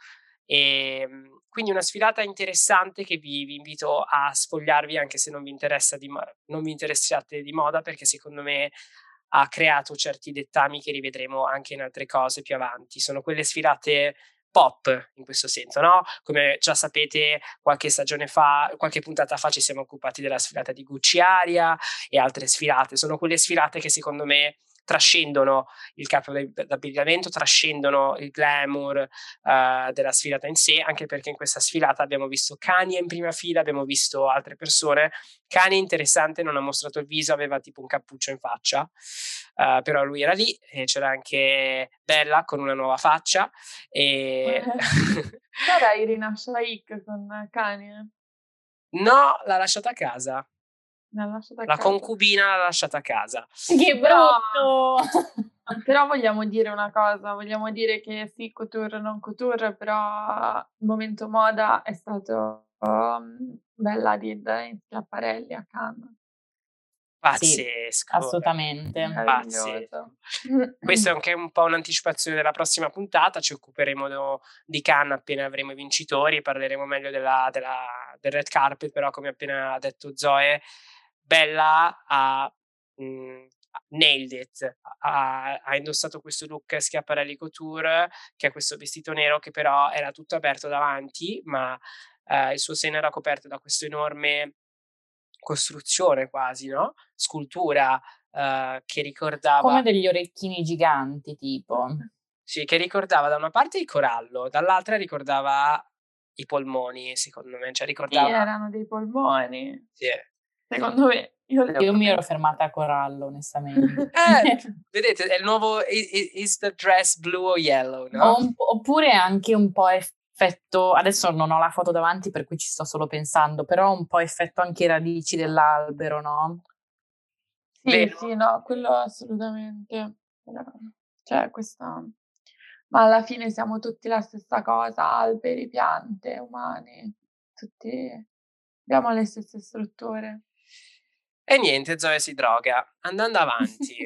Ehm, quindi una sfilata interessante che vi vi invito a sfogliarvi, anche se non vi interessa di ma non vi interessiate di moda, perché secondo me ha creato certi dettami che rivedremo anche in altre cose più avanti. Sono quelle sfilate pop in questo senso, no? Come già sapete, qualche stagione fa, qualche puntata fa ci siamo occupati della sfilata di Gucci Aria e altre sfilate. Sono quelle sfilate che secondo me trascendono il capo d'abbigliamento, trascendono il glamour eh, della sfilata in sé, anche perché in questa sfilata abbiamo visto Kanye in prima fila, abbiamo visto altre persone. Kanye, interessante, non ha mostrato il viso, aveva tipo un cappuccio in faccia, uh, però lui era lì, e c'era anche Bella con una nuova faccia. E C'era Irina Shayk con Kanye? no, l'ha lasciata a casa. L'ha lasciata a La casa. concubina l'ha lasciata a casa. Che Però brutto! però vogliamo dire una cosa, vogliamo dire che sì, couture, non couture, però il momento moda è stato, uhm, Bella Hadid in Schiaparelli a Cannes. Sì, Pazzesco, assolutamente. pazzesco. Meraviglioso. Questo è anche un po' un'anticipazione della prossima puntata, ci occuperemo do di Cannes appena avremo i vincitori, parleremo meglio della della del red carpet, però come ha appena detto Zoe, Bella ha, mhmm, ha nailed it, ha ha indossato questo look Schiaparelli couture, che è questo vestito nero che però era tutto aperto davanti, ma, ehm, il suo seno era coperto da questo enorme costruzione quasi, no, scultura, ehm, che Come ricordava degli orecchini giganti tipo. sì, che ricordava da una parte il corallo, dall'altra ricordava i polmoni, secondo me, cioè Sì, ricordava erano dei polmoni. sì. Secondo me, io le ho Io mi ero messe. fermata a corallo, onestamente. Eh, vedete, è il nuovo i i is the dress blue or yellow, no? O un po' oppure anche un po' effetto, adesso non ho la foto davanti per cui ci sto solo pensando, però un po' effetto anche radici dell'albero, no? Sì, Vero? sì, no, quello assolutamente. Però cioè questa ma alla fine siamo tutti la stessa cosa, alberi, piante, umani, tutti abbiamo le stesse strutture. E niente, Zoe si droga. Andando avanti,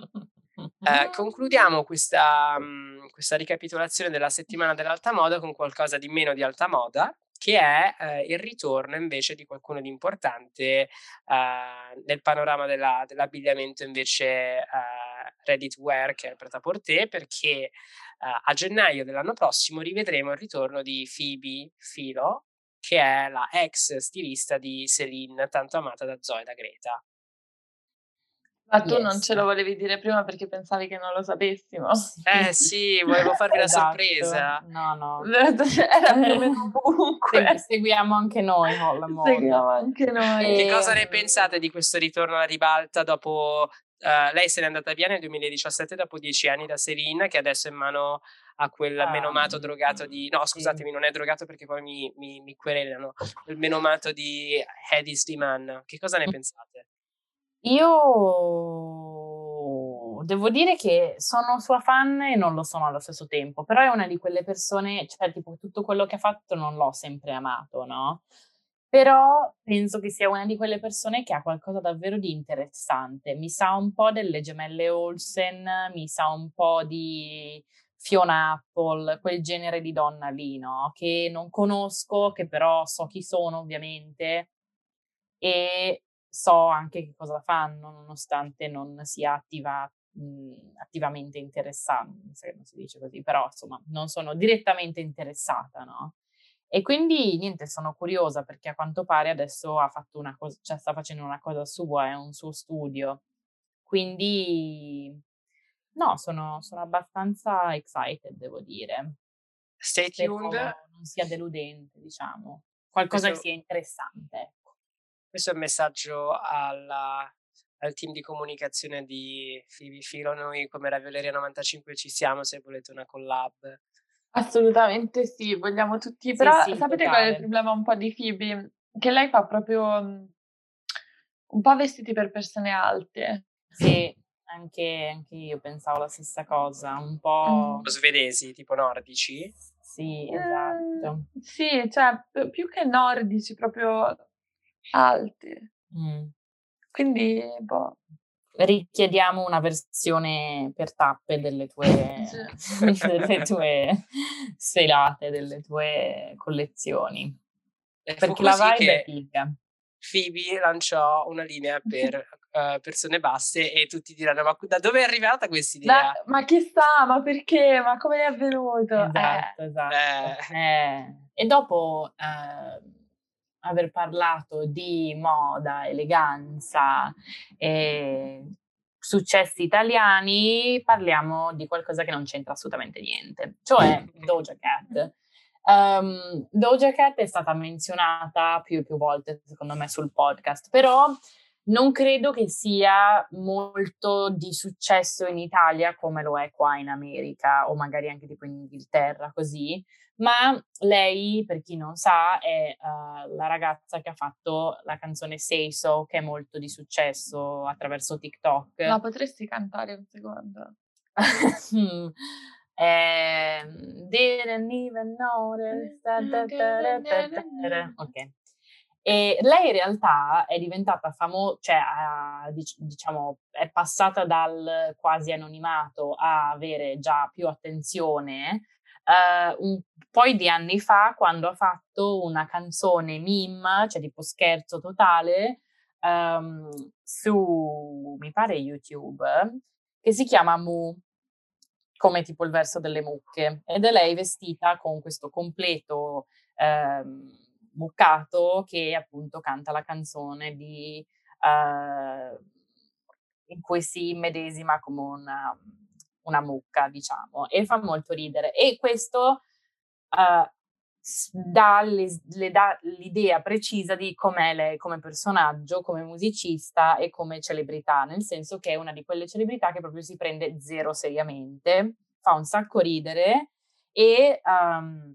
ehm, concludiamo questa mhmm, questa ricapitolazione della settimana dell'alta moda con qualcosa di meno di alta moda, che è, ehm, il ritorno invece di qualcuno di importante, ehm, nel panorama della dell'abbigliamento invece, ehm, ready to wear, che è il prêt-à-porter, perché uh, a gennaio dell'anno prossimo rivedremo il ritorno di Phoebe Philo, che è la ex stilista di Celine, tanto amata da Zoe e da Greta. Ma tu Yes. non ce lo volevi dire prima perché pensavi che non lo sapessimo? Eh sì, volevo farvi Esatto. la sorpresa. No, no. Era più o meno ovunque. Segui- seguiamo anche noi la moda. Seguiamo anche noi. Che cosa ne Ehm, pensate di questo ritorno alla ribalta dopo... Uh, lei se n'è andata via nel duemiladiciassette dopo dieci anni da Celine, che adesso è in mano a quel Ah, menomato drogato di... No, sì. scusatemi, non è drogato perché poi mi, mi, mi querelano. Il menomato di Hedy Slimane. Che cosa ne pensate? Io devo dire che sono sua fan e non lo sono allo stesso tempo, però è una di quelle persone, cioè tipo tutto quello che ha fatto non l'ho sempre amato, no? Però penso che sia una di quelle persone che ha qualcosa davvero di interessante. Mi sa un po' delle gemelle Olsen, mi sa un po' di Fiona Apple, quel genere di donna lì, no? Che non conosco, che però so chi sono ovviamente e so anche che cosa fanno, nonostante non sia attiva, mh, attivamente interessata, se non si dice così, però insomma non sono direttamente interessata, no? E quindi niente, sono curiosa perché a quanto pare adesso ha fatto una cosa, cioè sta facendo una cosa sua, è un suo studio. Quindi no, sono, sono abbastanza excited, devo dire. Stay Spero tuned. non sia deludente, diciamo. Qualcosa Questo, che sia interessante, ecco. questo è il messaggio alla, al team di comunicazione di Phoebe Philo. Noi come Ravioleria novantacinque ci siamo se volete una collab. Assolutamente sì, vogliamo tutti. Sì, Però sì, sapete qual è il totale. problema un po' di Phoebe? Che lei fa proprio mh, un po' vestiti per persone alte. Sì, anche, anche io pensavo la stessa cosa, un po'... Mm. Svedesi, tipo nordici. Sì, Eh, esatto. sì, cioè p- più che nordici, proprio alte. Mm. Quindi, boh. Richiediamo una versione per tappe delle tue, Sì. delle tue sfilate, delle tue collezioni. E fu Perché la così vibe è che figa. Phoebe lanciò una linea per uh, persone basse e tutti diranno ma da dove è arrivata questa idea? Da- ma chissà, ma perché? Ma come è avvenuto? Esatto, Eh. esatto. Eh, Eh, e dopo eh, aver parlato di moda, eleganza e successi italiani, parliamo di qualcosa che non c'entra assolutamente niente, cioè Doja Cat. Um, Doja Cat è stata menzionata più e più volte, secondo me, sul podcast, però non credo che sia molto di successo in Italia come lo è qua in America o magari anche tipo in Inghilterra, così. Ma lei, per chi non sa, è uh, la ragazza che ha fatto la canzone Say So, che è molto di successo attraverso TikTok. La potresti cantare un secondo? mm. eh, didn't even notice. Ok. E lei in realtà è diventata famosa, cioè ha, dic- diciamo, è passata dal quasi anonimato a avere già più attenzione eh, un po' di anni fa quando ha fatto una canzone meme, cioè tipo scherzo totale, ehm, su, mi pare YouTube, che si chiama Mu, come tipo il verso delle mucche, ed è lei vestita con questo completo ehm, muccato che appunto canta la canzone di, eh, in cui si immedesima come una, una mucca, diciamo, e fa molto ridere. E questo eh, dà, le, le dà l'idea precisa di com'è lei come personaggio, come musicista e come celebrità, nel senso che è una di quelle celebrità che proprio si prende zero seriamente, fa un sacco ridere e, um,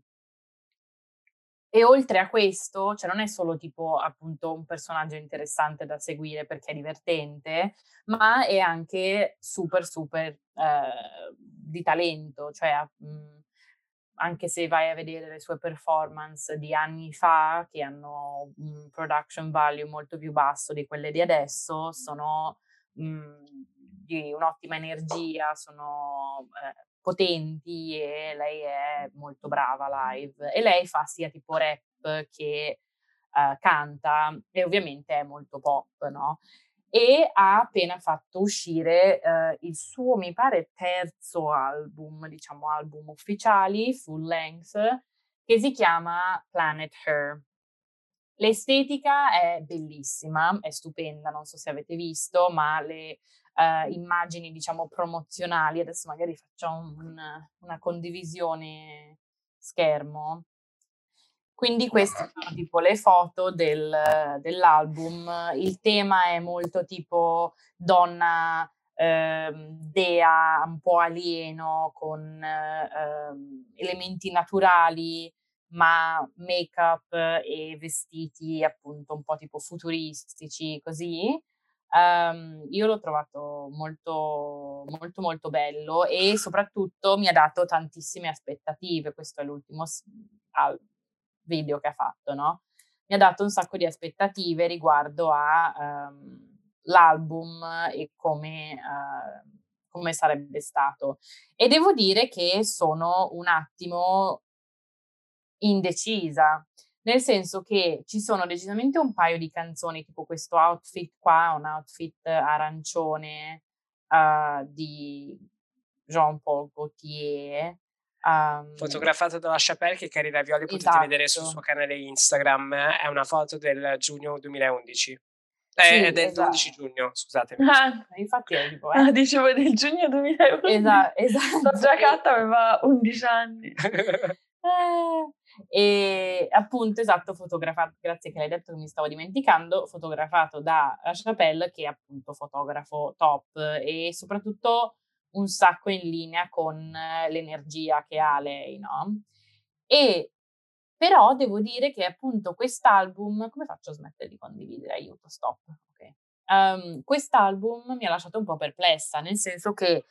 e oltre a questo, cioè non è solo tipo appunto un personaggio interessante da seguire perché è divertente, ma è anche super super eh, di talento, cioè mh, anche se vai a vedere le sue performance di anni fa, che hanno un production value molto più basso di quelle di adesso, sono mh, di un'ottima energia, sono eh, potenti e lei è molto brava live. E lei fa sia tipo rap che uh, canta e ovviamente è molto pop, no? e ha appena fatto uscire eh, il suo, mi pare, terzo album, diciamo album ufficiali, full length, che si chiama Planet Her. L'estetica è bellissima, è stupenda, non so se avete visto, ma le eh, immagini, diciamo, promozionali, adesso magari facciamo un, una condivisione schermo. Quindi queste sono tipo le foto del, dell'album. Il tema è molto tipo donna ehm, dea, un po' alieno, con ehm, elementi naturali, ma make-up e vestiti appunto un po' tipo futuristici, così. Um, io l'ho trovato molto, molto, molto bello e soprattutto mi ha dato tantissime aspettative. Questo è l'ultimo s- al- video che ha fatto, no? Mi ha dato un sacco di aspettative riguardo all'album e come, uh, come sarebbe stato. E devo dire che sono un attimo indecisa, nel senso che ci sono decisamente un paio di canzoni, tipo questo outfit qua, un outfit arancione uh, di Jean-Paul Gaultier. Um, Fotografato da Lascia Perché, cari ravioli, potete esatto. vedere sul suo canale Instagram, è una foto del giugno duemilaundici. Sì, Eh, del esatto. dodici giugno, scusatemi. Ah, infatti ero tipo, eh. ah, dicevo del giugno duemilaundici. Esa- esatto. Doja Cat aveva undici anni. Eh, e appunto, esatto, fotografato, grazie che l'hai detto che mi stavo dimenticando, fotografato da Chapelle, che è appunto fotografo top e soprattutto un sacco in linea con l'energia che ha lei, no? E però devo dire che appunto quest'album, come faccio a smettere di condividere? Aiuto, stop. Ok. Um, quest'album mi ha lasciato un po' perplessa, nel senso che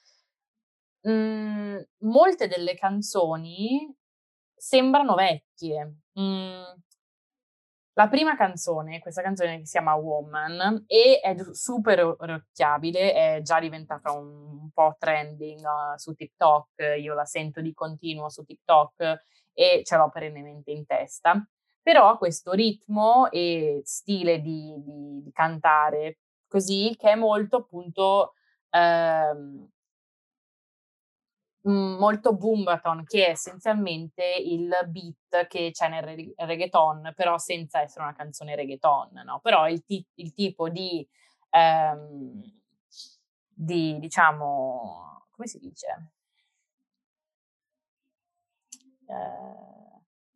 mh, molte delle canzoni sembrano vecchie. Mm, la prima canzone, questa canzone che si chiama Woman, e è super orecchiabile, è già diventata un, un po' trending uh, su TikTok, io la sento di continuo su TikTok e ce l'ho perennemente in testa, però ha questo ritmo e stile di, di, di cantare così che è molto appunto ehm, molto boombaton, che è essenzialmente il beat che c'è nel re- reggaeton, però senza essere una canzone reggaeton, no? Però il, ti- il tipo di, ehm, di, diciamo, come si dice? Eh,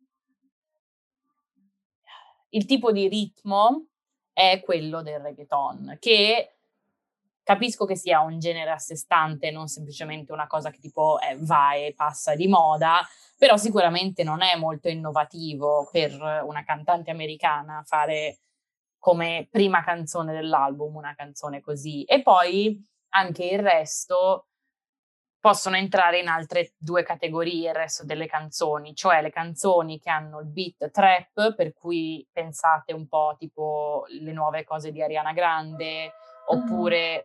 il tipo di ritmo è quello del reggaeton, che capisco che sia un genere a sé stante, non semplicemente una cosa che tipo eh, va e passa di moda, però sicuramente non è molto innovativo per una cantante americana fare come prima canzone dell'album una canzone così. E poi anche il resto possono entrare in altre due categorie, il resto delle canzoni, cioè le canzoni che hanno il beat trap, per cui pensate un po' tipo le nuove cose di Ariana Grande, oppure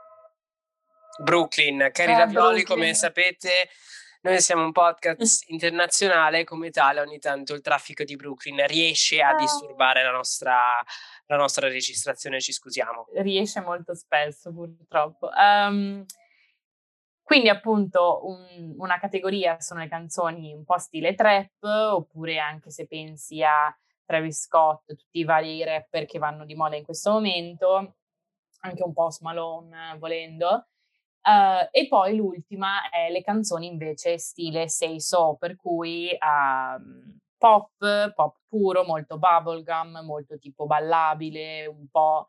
Brooklyn, cari Eh, ravioli, Brooklyn. come sapete noi siamo un podcast internazionale, come tale ogni tanto il traffico di Brooklyn riesce a disturbare la nostra, la nostra registrazione, ci scusiamo. Riesce molto spesso, purtroppo. Um, quindi appunto un, una categoria sono le canzoni un po' stile trap, oppure anche se pensi a Travis Scott, tutti i vari rapper che vanno di moda in questo momento, anche un po' Post Malone volendo. Uh, e poi l'ultima è le canzoni invece stile Say So, per cui uh, pop, pop puro, molto bubblegum, molto tipo ballabile, un po'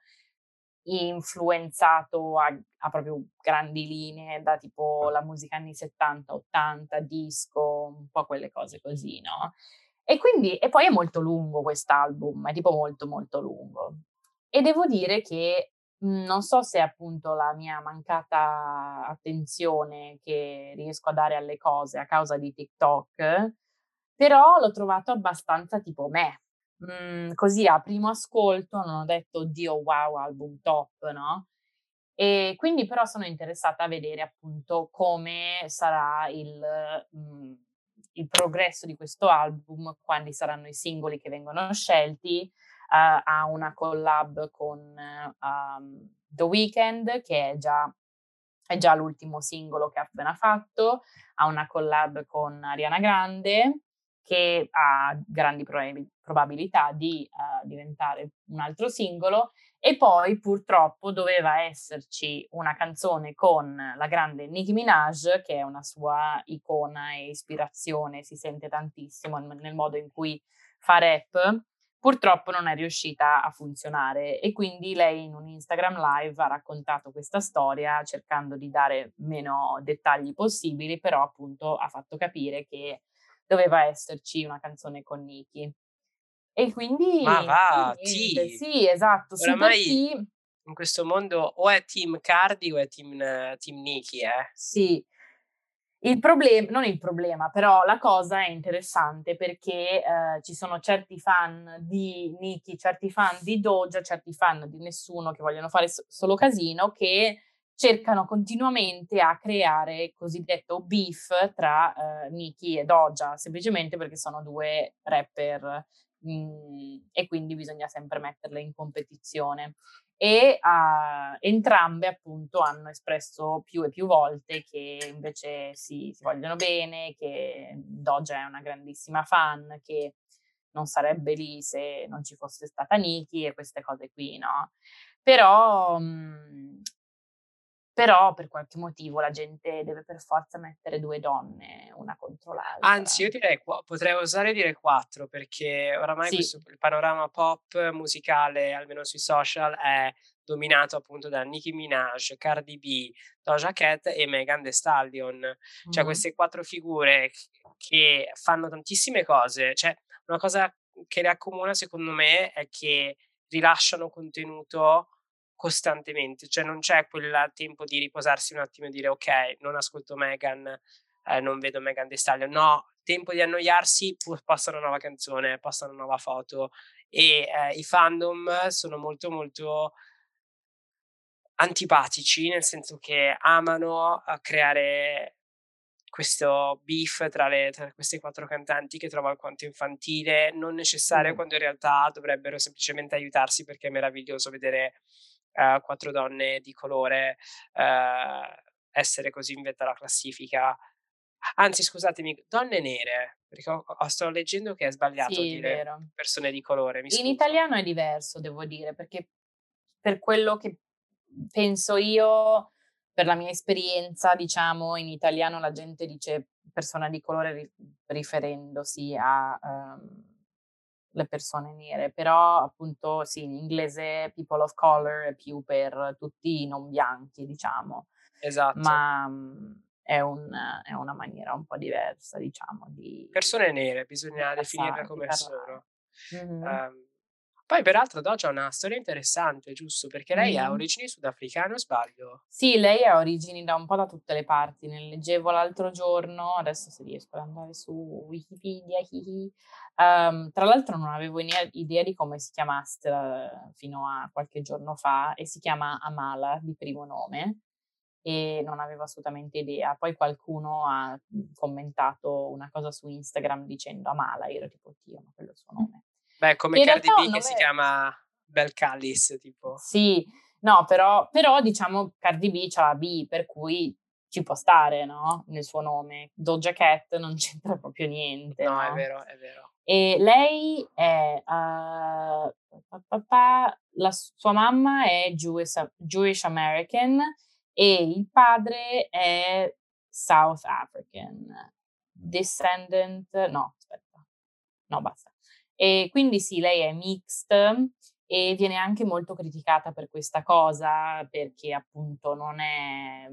influenzato a, a proprio grandi linee da tipo la musica anni settanta, ottanta, disco, un po' quelle cose così, no? E quindi, e poi è molto lungo quest'album, è tipo molto molto lungo. E devo dire che mh, non so se è appunto la mia mancata attenzione che riesco a dare alle cose a causa di TikTok, però l'ho trovato abbastanza tipo me. Mm, così a primo ascolto non ho detto oddio wow album top, no? E quindi però sono interessata a vedere appunto come sarà il, mm, il progresso di questo album, quando saranno i singoli che vengono scelti. Uh, ha una collab con um, The Weeknd, che è già, è già l'ultimo singolo che ha appena fatto, ha una collab con Ariana Grande, che ha grandi probabil- probabilità di uh, diventare un altro singolo, e poi purtroppo doveva esserci una canzone con la grande Nicki Minaj, che è una sua icona e ispirazione, si sente tantissimo nel modo in cui fa rap. Purtroppo non è riuscita a funzionare, e quindi lei in un Instagram Live ha raccontato questa storia cercando di dare meno dettagli possibili, però appunto ha fatto capire che doveva esserci una canzone con Nicki. E quindi Ma va, niente, T! sì, esatto, super T. Oramai in questo mondo o è team Cardi o è team, team Nicki, eh. Sì. Il problem non il problema, però la cosa è interessante perché eh, ci sono certi fan di Nicki, certi fan di Doja, certi fan di nessuno che vogliono fare so- solo casino, che cercano continuamente a creare cosiddetto beef tra eh, Nicki e Doja, semplicemente perché sono due rapper mh, e quindi bisogna sempre metterle in competizione. E uh, entrambe appunto hanno espresso più e più volte che invece si, si vogliono bene, che Doja è una grandissima fan, che non sarebbe lì se non ci fosse stata Nicki e queste cose qui, no? Però, mh, però per qualche motivo la gente deve per forza mettere due donne una contro l'altra. Anzi, io direi qua potrei osare dire quattro, perché oramai Sì. questo il panorama pop musicale, almeno sui social, è dominato appunto da Nicki Minaj, Cardi B, Doja Cat e Megan Thee Stallion. Cioè Mhm. queste quattro figure ch- che fanno tantissime cose. Cioè, una cosa che le accomuna secondo me è che rilasciano contenuto costantemente, cioè non c'è quel tempo di riposarsi un attimo e dire ok, non ascolto Megan, eh, non vedo Megan Thee Stallion, no, tempo di annoiarsi, pu- posta una nuova canzone, posta una nuova foto, e eh, i fandom sono molto molto antipatici, nel senso che amano a creare questo beef tra, le, tra queste quattro cantanti che trovo alquanto infantile, non necessario, Sì. quando in realtà dovrebbero semplicemente aiutarsi, perché è meraviglioso vedere uh, quattro donne di colore uh, essere così in vetta alla classifica. Anzi, scusatemi, donne nere, perché ho, ho- sto leggendo che è sbagliato Sì, dire vero. persone di colore, mi In scuso. italiano è diverso, devo dire, perché per quello che penso io, per la mia esperienza, diciamo, in italiano la gente dice persona di colore ri- riferendosi a ehm, le persone nere, però appunto sì, in inglese people of color è più per tutti i non bianchi, diciamo, Esatto. ma mm, è, un- è una maniera un po' diversa, diciamo, di, Persone nere, di, bisogna definirle parsa- di come parlare. sono. Mhm. Ehm, Poi peraltro Doja ha una storia interessante, giusto? Perché lei ha Mhm. origini sudafricane, o sbaglio? Sì, lei ha origini da un po' da tutte le parti. Ne leggevo l'altro giorno, adesso se riesco ad andare su Wikipedia, hihi. Ehm, tra l'altro non avevo ine- idea di come si chiamasse eh, fino a qualche giorno fa, e si chiama Amala di primo nome, e non avevo assolutamente idea. Poi qualcuno ha mm, commentato una cosa su Instagram dicendo Amala, io ero tipo, oddio, ma quello è il suo nome. Beh, come Che in Cardi realtà è B un che si nome. chiama Belcalis, tipo. Sì, no, però, però diciamo Cardi B c'ha la B, per cui ci può stare, no? Nel suo nome. Doja Cat non c'entra proprio niente, No, è no? vero, è vero. E lei è, uh, pa, pa, pa, la s- sua mamma è Jewish, Jewish American e il padre è South African. Descendant, no, aspetta, no, basta. E quindi sì, lei è mixed e viene anche molto criticata per questa cosa, perché appunto non è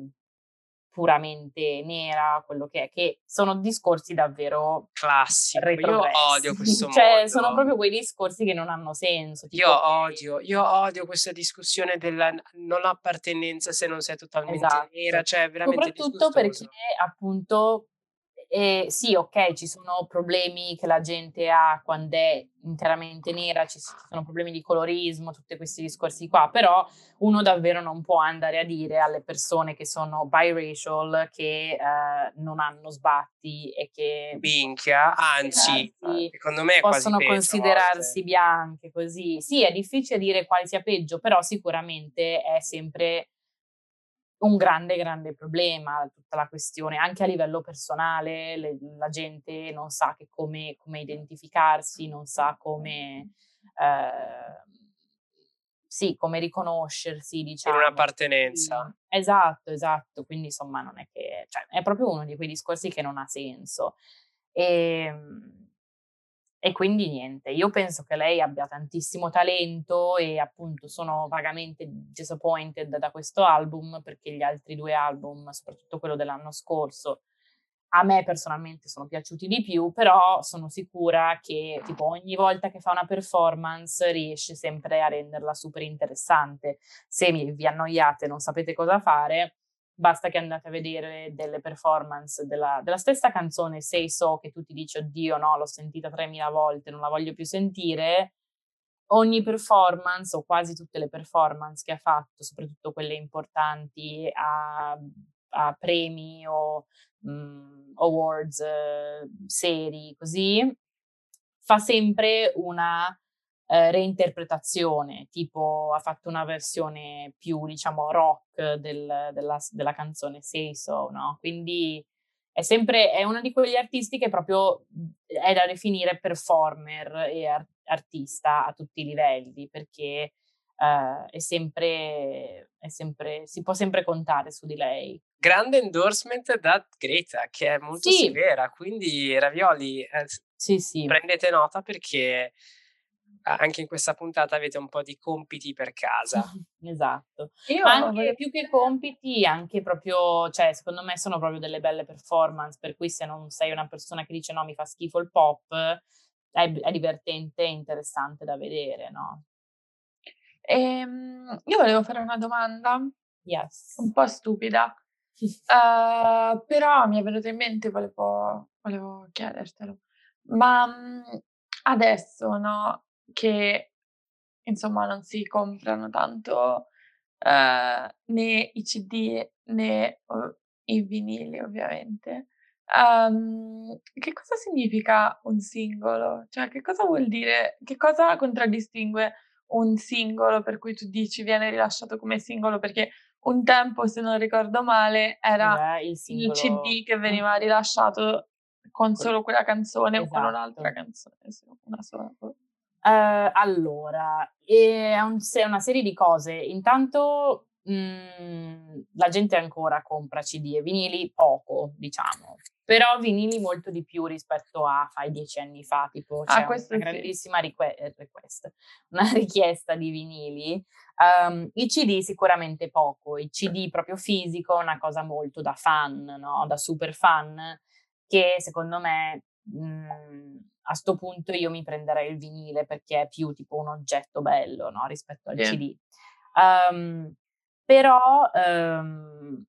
puramente nera, quello che è, che sono discorsi davvero Classico. Io odio retrogressi, questo cioè sono mondo. proprio quei discorsi che non hanno senso, Io tipo che odio, io odio questa discussione della n- non appartenenza se non sei totalmente nera, esatto. cioè è veramente Soprattutto perché disgustoso. appunto E sì, ok, ci sono problemi che la gente ha quando è interamente nera, ci sono problemi di colorismo, tutti questi discorsi qua, però uno davvero non può andare a dire alle persone che sono biracial che eh, non hanno sbatti e che Minchia, anzi, considerarsi- secondo me è quasi possono peggio a considerarsi volte. bianche così. Sì, è difficile dire quale sia peggio, però sicuramente è sempre un grande, grande problema tutta la questione, anche a livello personale, le la gente non sa che come come identificarsi, non sa come ehm, sì, come riconoscersi, In diciamo. un'appartenenza. Quindi esatto, esatto. Quindi insomma non è che cioè è proprio uno di quei discorsi che non ha senso. Ehm e quindi niente, io penso che lei abbia tantissimo talento e appunto sono vagamente disappointed da questo album, perché gli altri due album, soprattutto quello dell'anno scorso, a me personalmente sono piaciuti di più, però sono sicura che tipo ogni volta che fa una performance riesce sempre a renderla super interessante. Se mi vi annoiate e non sapete cosa fare, basta che andate a vedere delle performance della della stessa canzone Say So, che tu ti dici: "Oddio no, l'ho sentita tremila volte, non la voglio più sentire". Ogni performance o quasi tutte le performance che ha fatto, soprattutto quelle importanti a a premi o, mhmm, awards eh, seri così, fa sempre una, ehm, reinterpretazione, tipo ha fatto una versione più, diciamo, rock del della s della canzone Say So, no, quindi è sempre è uno di quegli artisti che proprio, mhmm, è da definire performer e ar artista a tutti i livelli, perché, ehm, è sempre è sempre si può sempre contare su di lei. Grande endorsement da Greta, che è molto Sì, severa, quindi Ravioli, ehm, s sì, sì. prendete nota perché a anche in questa puntata avete un po' di compiti per casa. Esatto. Io Ma anche volevo più che dire compiti, anche proprio cioè secondo me sono proprio delle belle performance, per cui se non sei una persona che dice: "No, mi fa schifo il pop", è b è divertente e interessante da vedere, no? ehm, io volevo fare una domanda un Yes. po' stupida, uhm, però mi è venuto in mente e volevo volevo chiedertelo. Ma, mhmm, adesso, no, che insomma non si comprano tanto, uhm, né i C D né, uhm, i vinili ovviamente, uhm, che cosa significa un singolo? Cioè che cosa vuol dire che cosa contraddistingue un singolo per cui tu dici viene rilasciato come singolo? Perché un tempo, se non ricordo male, era Era il il C D singolo che veniva rilasciato con col solo quella canzone o con un'altra esatto. canzone, sì, una sola. Ehm, allora, ehm, è un se una serie di cose. Intanto, mhmm, la gente ancora compra C D e vinili poco, diciamo, però vinili molto di più rispetto a fai dieci anni fa, tipo Ah, c'è una questo sì. grandissima rique ehm, request, una richiesta di vinili. Uhm, i C D sicuramente poco, il C D proprio fisico è una cosa molto da fan, no, da super fan, che secondo me, mhmm, a 'sto punto io mi prenderei il vinile perché è più tipo un oggetto bello, no, rispetto al Sì. C D. Uhm, però, uhm,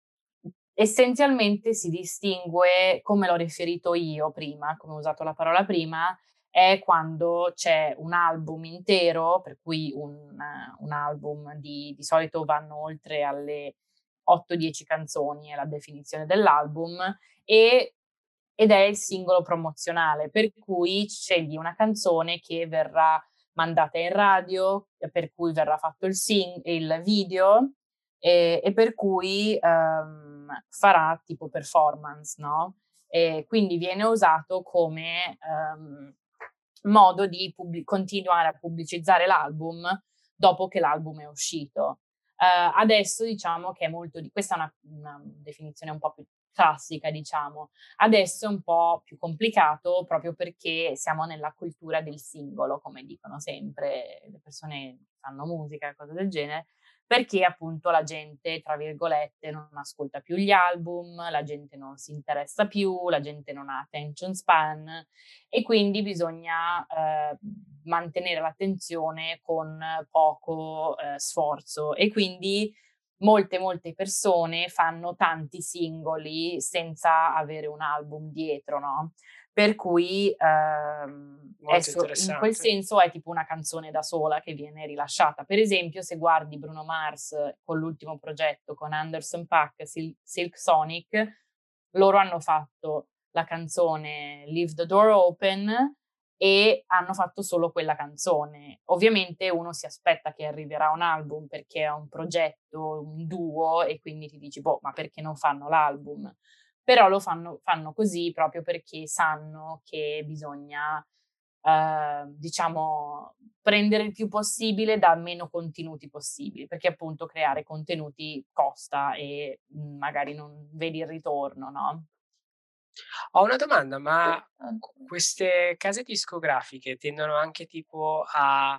essenzialmente si distingue, come l'ho riferito io prima, come ho usato la parola prima, è quando c'è un album intero, per cui un un album di di solito vanno oltre alle otto, dieci canzoni, è la definizione dell'album, e ed è il singolo promozionale, per cui scegli una canzone che verrà mandata in radio, e per cui verrà fatto il sing il video, e e per cui, ehm, farà tipo performance, no, e quindi viene usato come, ehm, modo di pubbi continuare a pubblicizzare l'album dopo che l'album è uscito. Ehm, adesso diciamo che è molto di questa è una una definizione un po' più classica, diciamo. Adesso è un po' più complicato proprio perché siamo nella cultura del singolo, come dicono sempre le persone che fanno musica e cose del genere, perché appunto la gente, tra virgolette, "non ascolta più gli album", la gente non si interessa più, la gente non ha attention span e quindi bisogna, ehm, mantenere l'attenzione con poco, ehm, sforzo e quindi molte, molte persone fanno tanti singoli senza avere un album dietro, no? Per cui ehm, è Molto so- in quel interessante. senso è tipo una canzone da sola che viene rilasciata. Per esempio, se guardi Bruno Mars con l'ultimo progetto con Anderson .Paak, Sil- Silk Sonic, loro hanno fatto la canzone Leave the Door Open e hanno fatto solo quella canzone. Ovviamente uno si aspetta che arriverà un album perché è un progetto, un duo, e quindi ti dici, boh, ma perché non fanno l'album? Però lo fanno, fanno così proprio perché sanno che bisogna, eh, diciamo, prendere il più possibile da meno contenuti possibili, perché appunto creare contenuti costa e mh, magari non vedi il ritorno, no? Ho una domanda, ma Ah, queste case discografiche tendono anche tipo a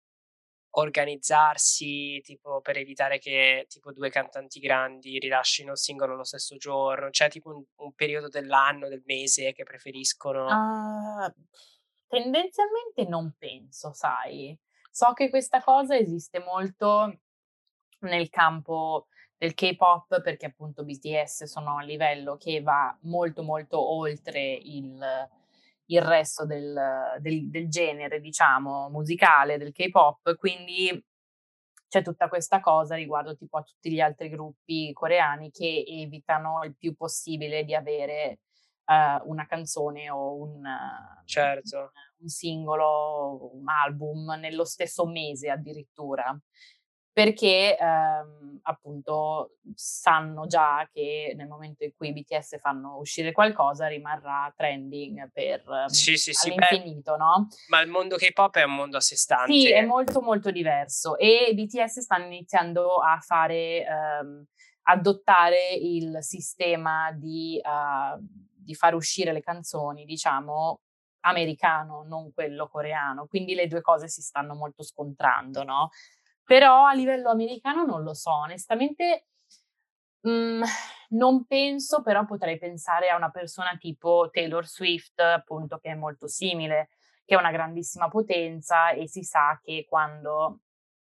organizzarsi, tipo per evitare che tipo due cantanti grandi rilascino il singolo lo stesso giorno? C'è tipo un un periodo dell'anno, del mese che preferiscono? Ah, tendenzialmente non penso, sai. So che questa cosa esiste molto nel campo del K-pop perché appunto B T S sono a un livello che va molto molto oltre il, il resto del, del- del genere, diciamo, musicale del K-pop, quindi c'è tutta questa cosa riguardo tipo a tutti gli altri gruppi coreani che evitano il più possibile di avere eh, una canzone o un, eh, Certo. un singolo, un album nello stesso mese addirittura, perché ehm, appunto sanno già che nel momento in cui i B T S fanno uscire qualcosa rimarrà trending per ehm, Sì, sì, sì, beh, all'infinito, no? ma il mondo K-pop è un mondo a sé Sì, è stante. molto molto diverso e i B T S stanno iniziando a fare, ehm, adottare il sistema di, uh, di far uscire le canzoni, diciamo, americano, non quello coreano. Quindi le due cose si stanno molto scontrando, no? Però a livello americano non lo so, onestamente mh, non penso, però potrei pensare a una persona tipo Taylor Swift, appunto, che è molto simile, che è una grandissima potenza e si sa che quando,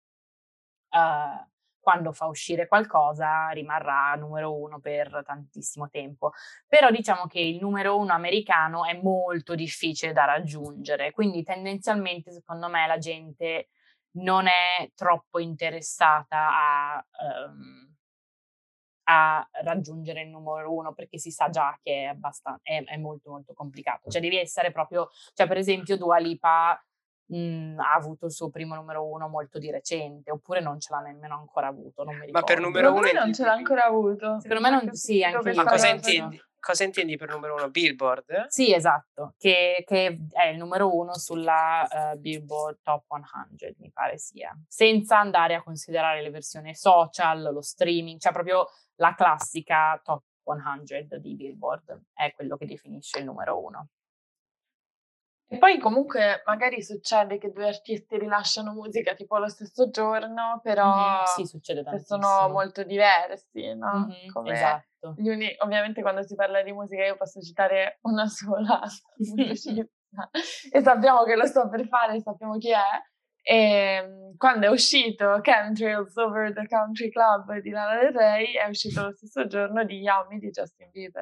uh, quando fa uscire qualcosa rimarrà numero uno per tantissimo tempo. Però diciamo che il numero uno americano è molto difficile da raggiungere, quindi tendenzialmente secondo me la gente non è troppo interessata a... Um, a raggiungere il numero uno perché si sa già che è abbastan è è molto, molto complicato. Cioè devi essere proprio cioè per esempio Dua Lipa, mhmm, ha avuto il suo primo numero uno molto di recente, oppure non ce l'ha nemmeno ancora avuto, non mi Ma per numero ricordo. secondo uno me in non ce l'ha ancora avuto. Secondo me Ora non che ho sì, sentito anche io ma questa cosa cosa. intendi cosa intendi per numero uno? Billboard? Sì, esatto, che che è il numero uno sulla, ehm, Billboard Top cento, mi pare sia, senza andare a considerare le versioni social, lo streaming, cioè proprio la classica Top cento di Billboard, è quello che definisce il numero uno. E poi comunque magari succede che due artisti rilasciano musica tipo lo stesso giorno, Mh-mh. però Sì, succede se sono tantissimo. molto diversi, no, Mh-mh. come Esatto. gli uni ovviamente quando si parla di musica io posso citare una sola musicista e sappiamo che lo sto per fare, sappiamo chi è. Ehm, quando è uscito Chemtrails Over the Country Club di Lana Del Rey, è uscito lo stesso giorno di Yummy di Justin Bieber.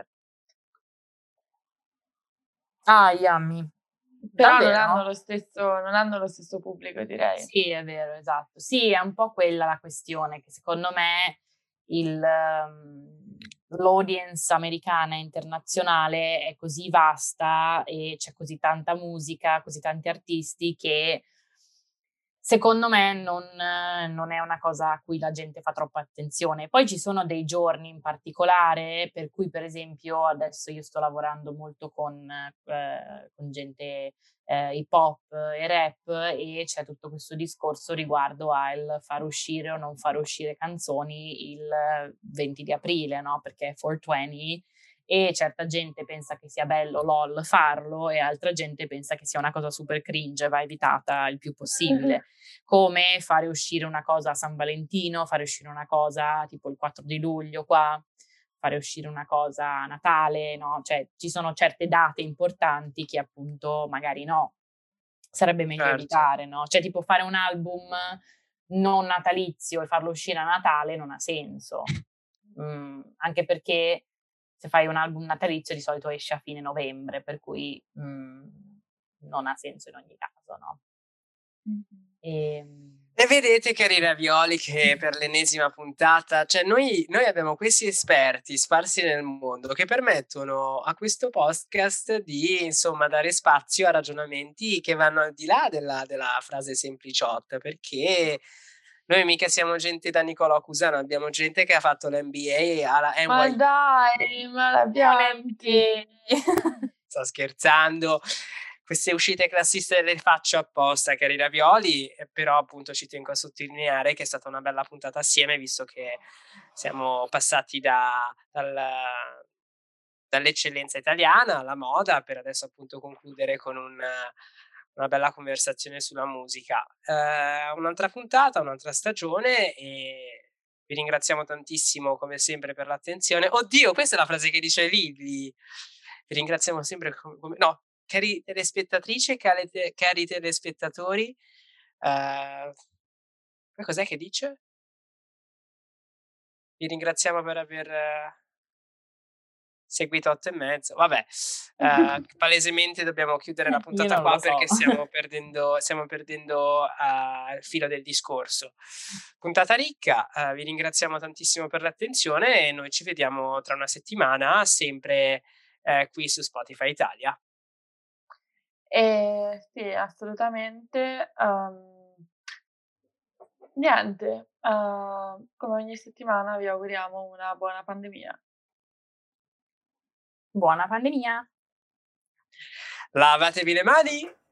Ah, Yummy. Però non hanno Davvero? lo stesso non hanno lo stesso pubblico, direi. Sì, è vero, esatto. Sì, è un po' quella la questione, che secondo me il, ehm, l'audience americana e internazionale è così vasta e c'è così tanta musica, così tanti artisti che secondo me non, eh, non è una cosa a cui la gente fa troppa attenzione. Poi ci sono dei giorni in particolare, per cui per esempio adesso io sto lavorando molto con, eh, con gente eh, hip hop e rap e c'è tutto questo discorso riguardo al far uscire o non far uscire canzoni il venti di aprile, no? Perché è quattrocentoventi e certa gente pensa che sia bello lol farlo e altra gente pensa che sia una cosa super cringe, va evitata il più possibile, come fare uscire una cosa a San Valentino, fare uscire una cosa tipo il quattro di luglio qua, fare uscire una cosa a Natale, no? Cioè ci sono certe date importanti che appunto magari no, sarebbe meglio Certo. evitare, no? Cioè tipo fare un album non natalizio e farlo uscire a Natale non ha senso. Mm, anche perché se fai un album natalizio di solito esce a fine novembre, per cui mm, non ha senso in ogni caso, no? Mm-hmm. E, E vedete, cari ravioli, che per l'ennesima puntata, cioè noi, noi abbiamo questi esperti sparsi nel mondo che permettono a questo podcast di, insomma, dare spazio a ragionamenti che vanno al di là della, della frase sempliciotta, perché noi mica siamo gente da Nicolò Cusano, abbiamo gente che ha fatto l'M B A alla N Y. Ma dai, ma l'abbiamo. Sto scherzando. Queste uscite classiste le faccio apposta, cari ravioli, però appunto ci tengo a sottolineare che è stata una bella puntata assieme, visto che siamo passati da, dal, dall'eccellenza italiana alla moda, per adesso appunto concludere con un, una bella conversazione sulla musica. Eh, un'altra puntata, un'altra stagione, e vi ringraziamo tantissimo come sempre per l'attenzione. Oddio, questa è la frase che dice Lilli. Vi ringraziamo sempre come, come no, cari telespettatrici e cari, te, cari telespettatori. Uh, cos'è che dice? Vi ringraziamo per aver uh, seguito otto e mezzo. Vabbè, uh, palesemente dobbiamo chiudere la puntata qua so. perché stiamo perdendo, stiamo perdendo uh, il filo del discorso. Puntata ricca, uh, vi ringraziamo tantissimo per l'attenzione e noi ci vediamo tra una settimana, sempre uh, qui su Spotify Italia. Eh, sì, assolutamente. Um, niente, uh, come ogni settimana vi auguriamo una buona pandemia. Buona pandemia! Lavatevi le mani!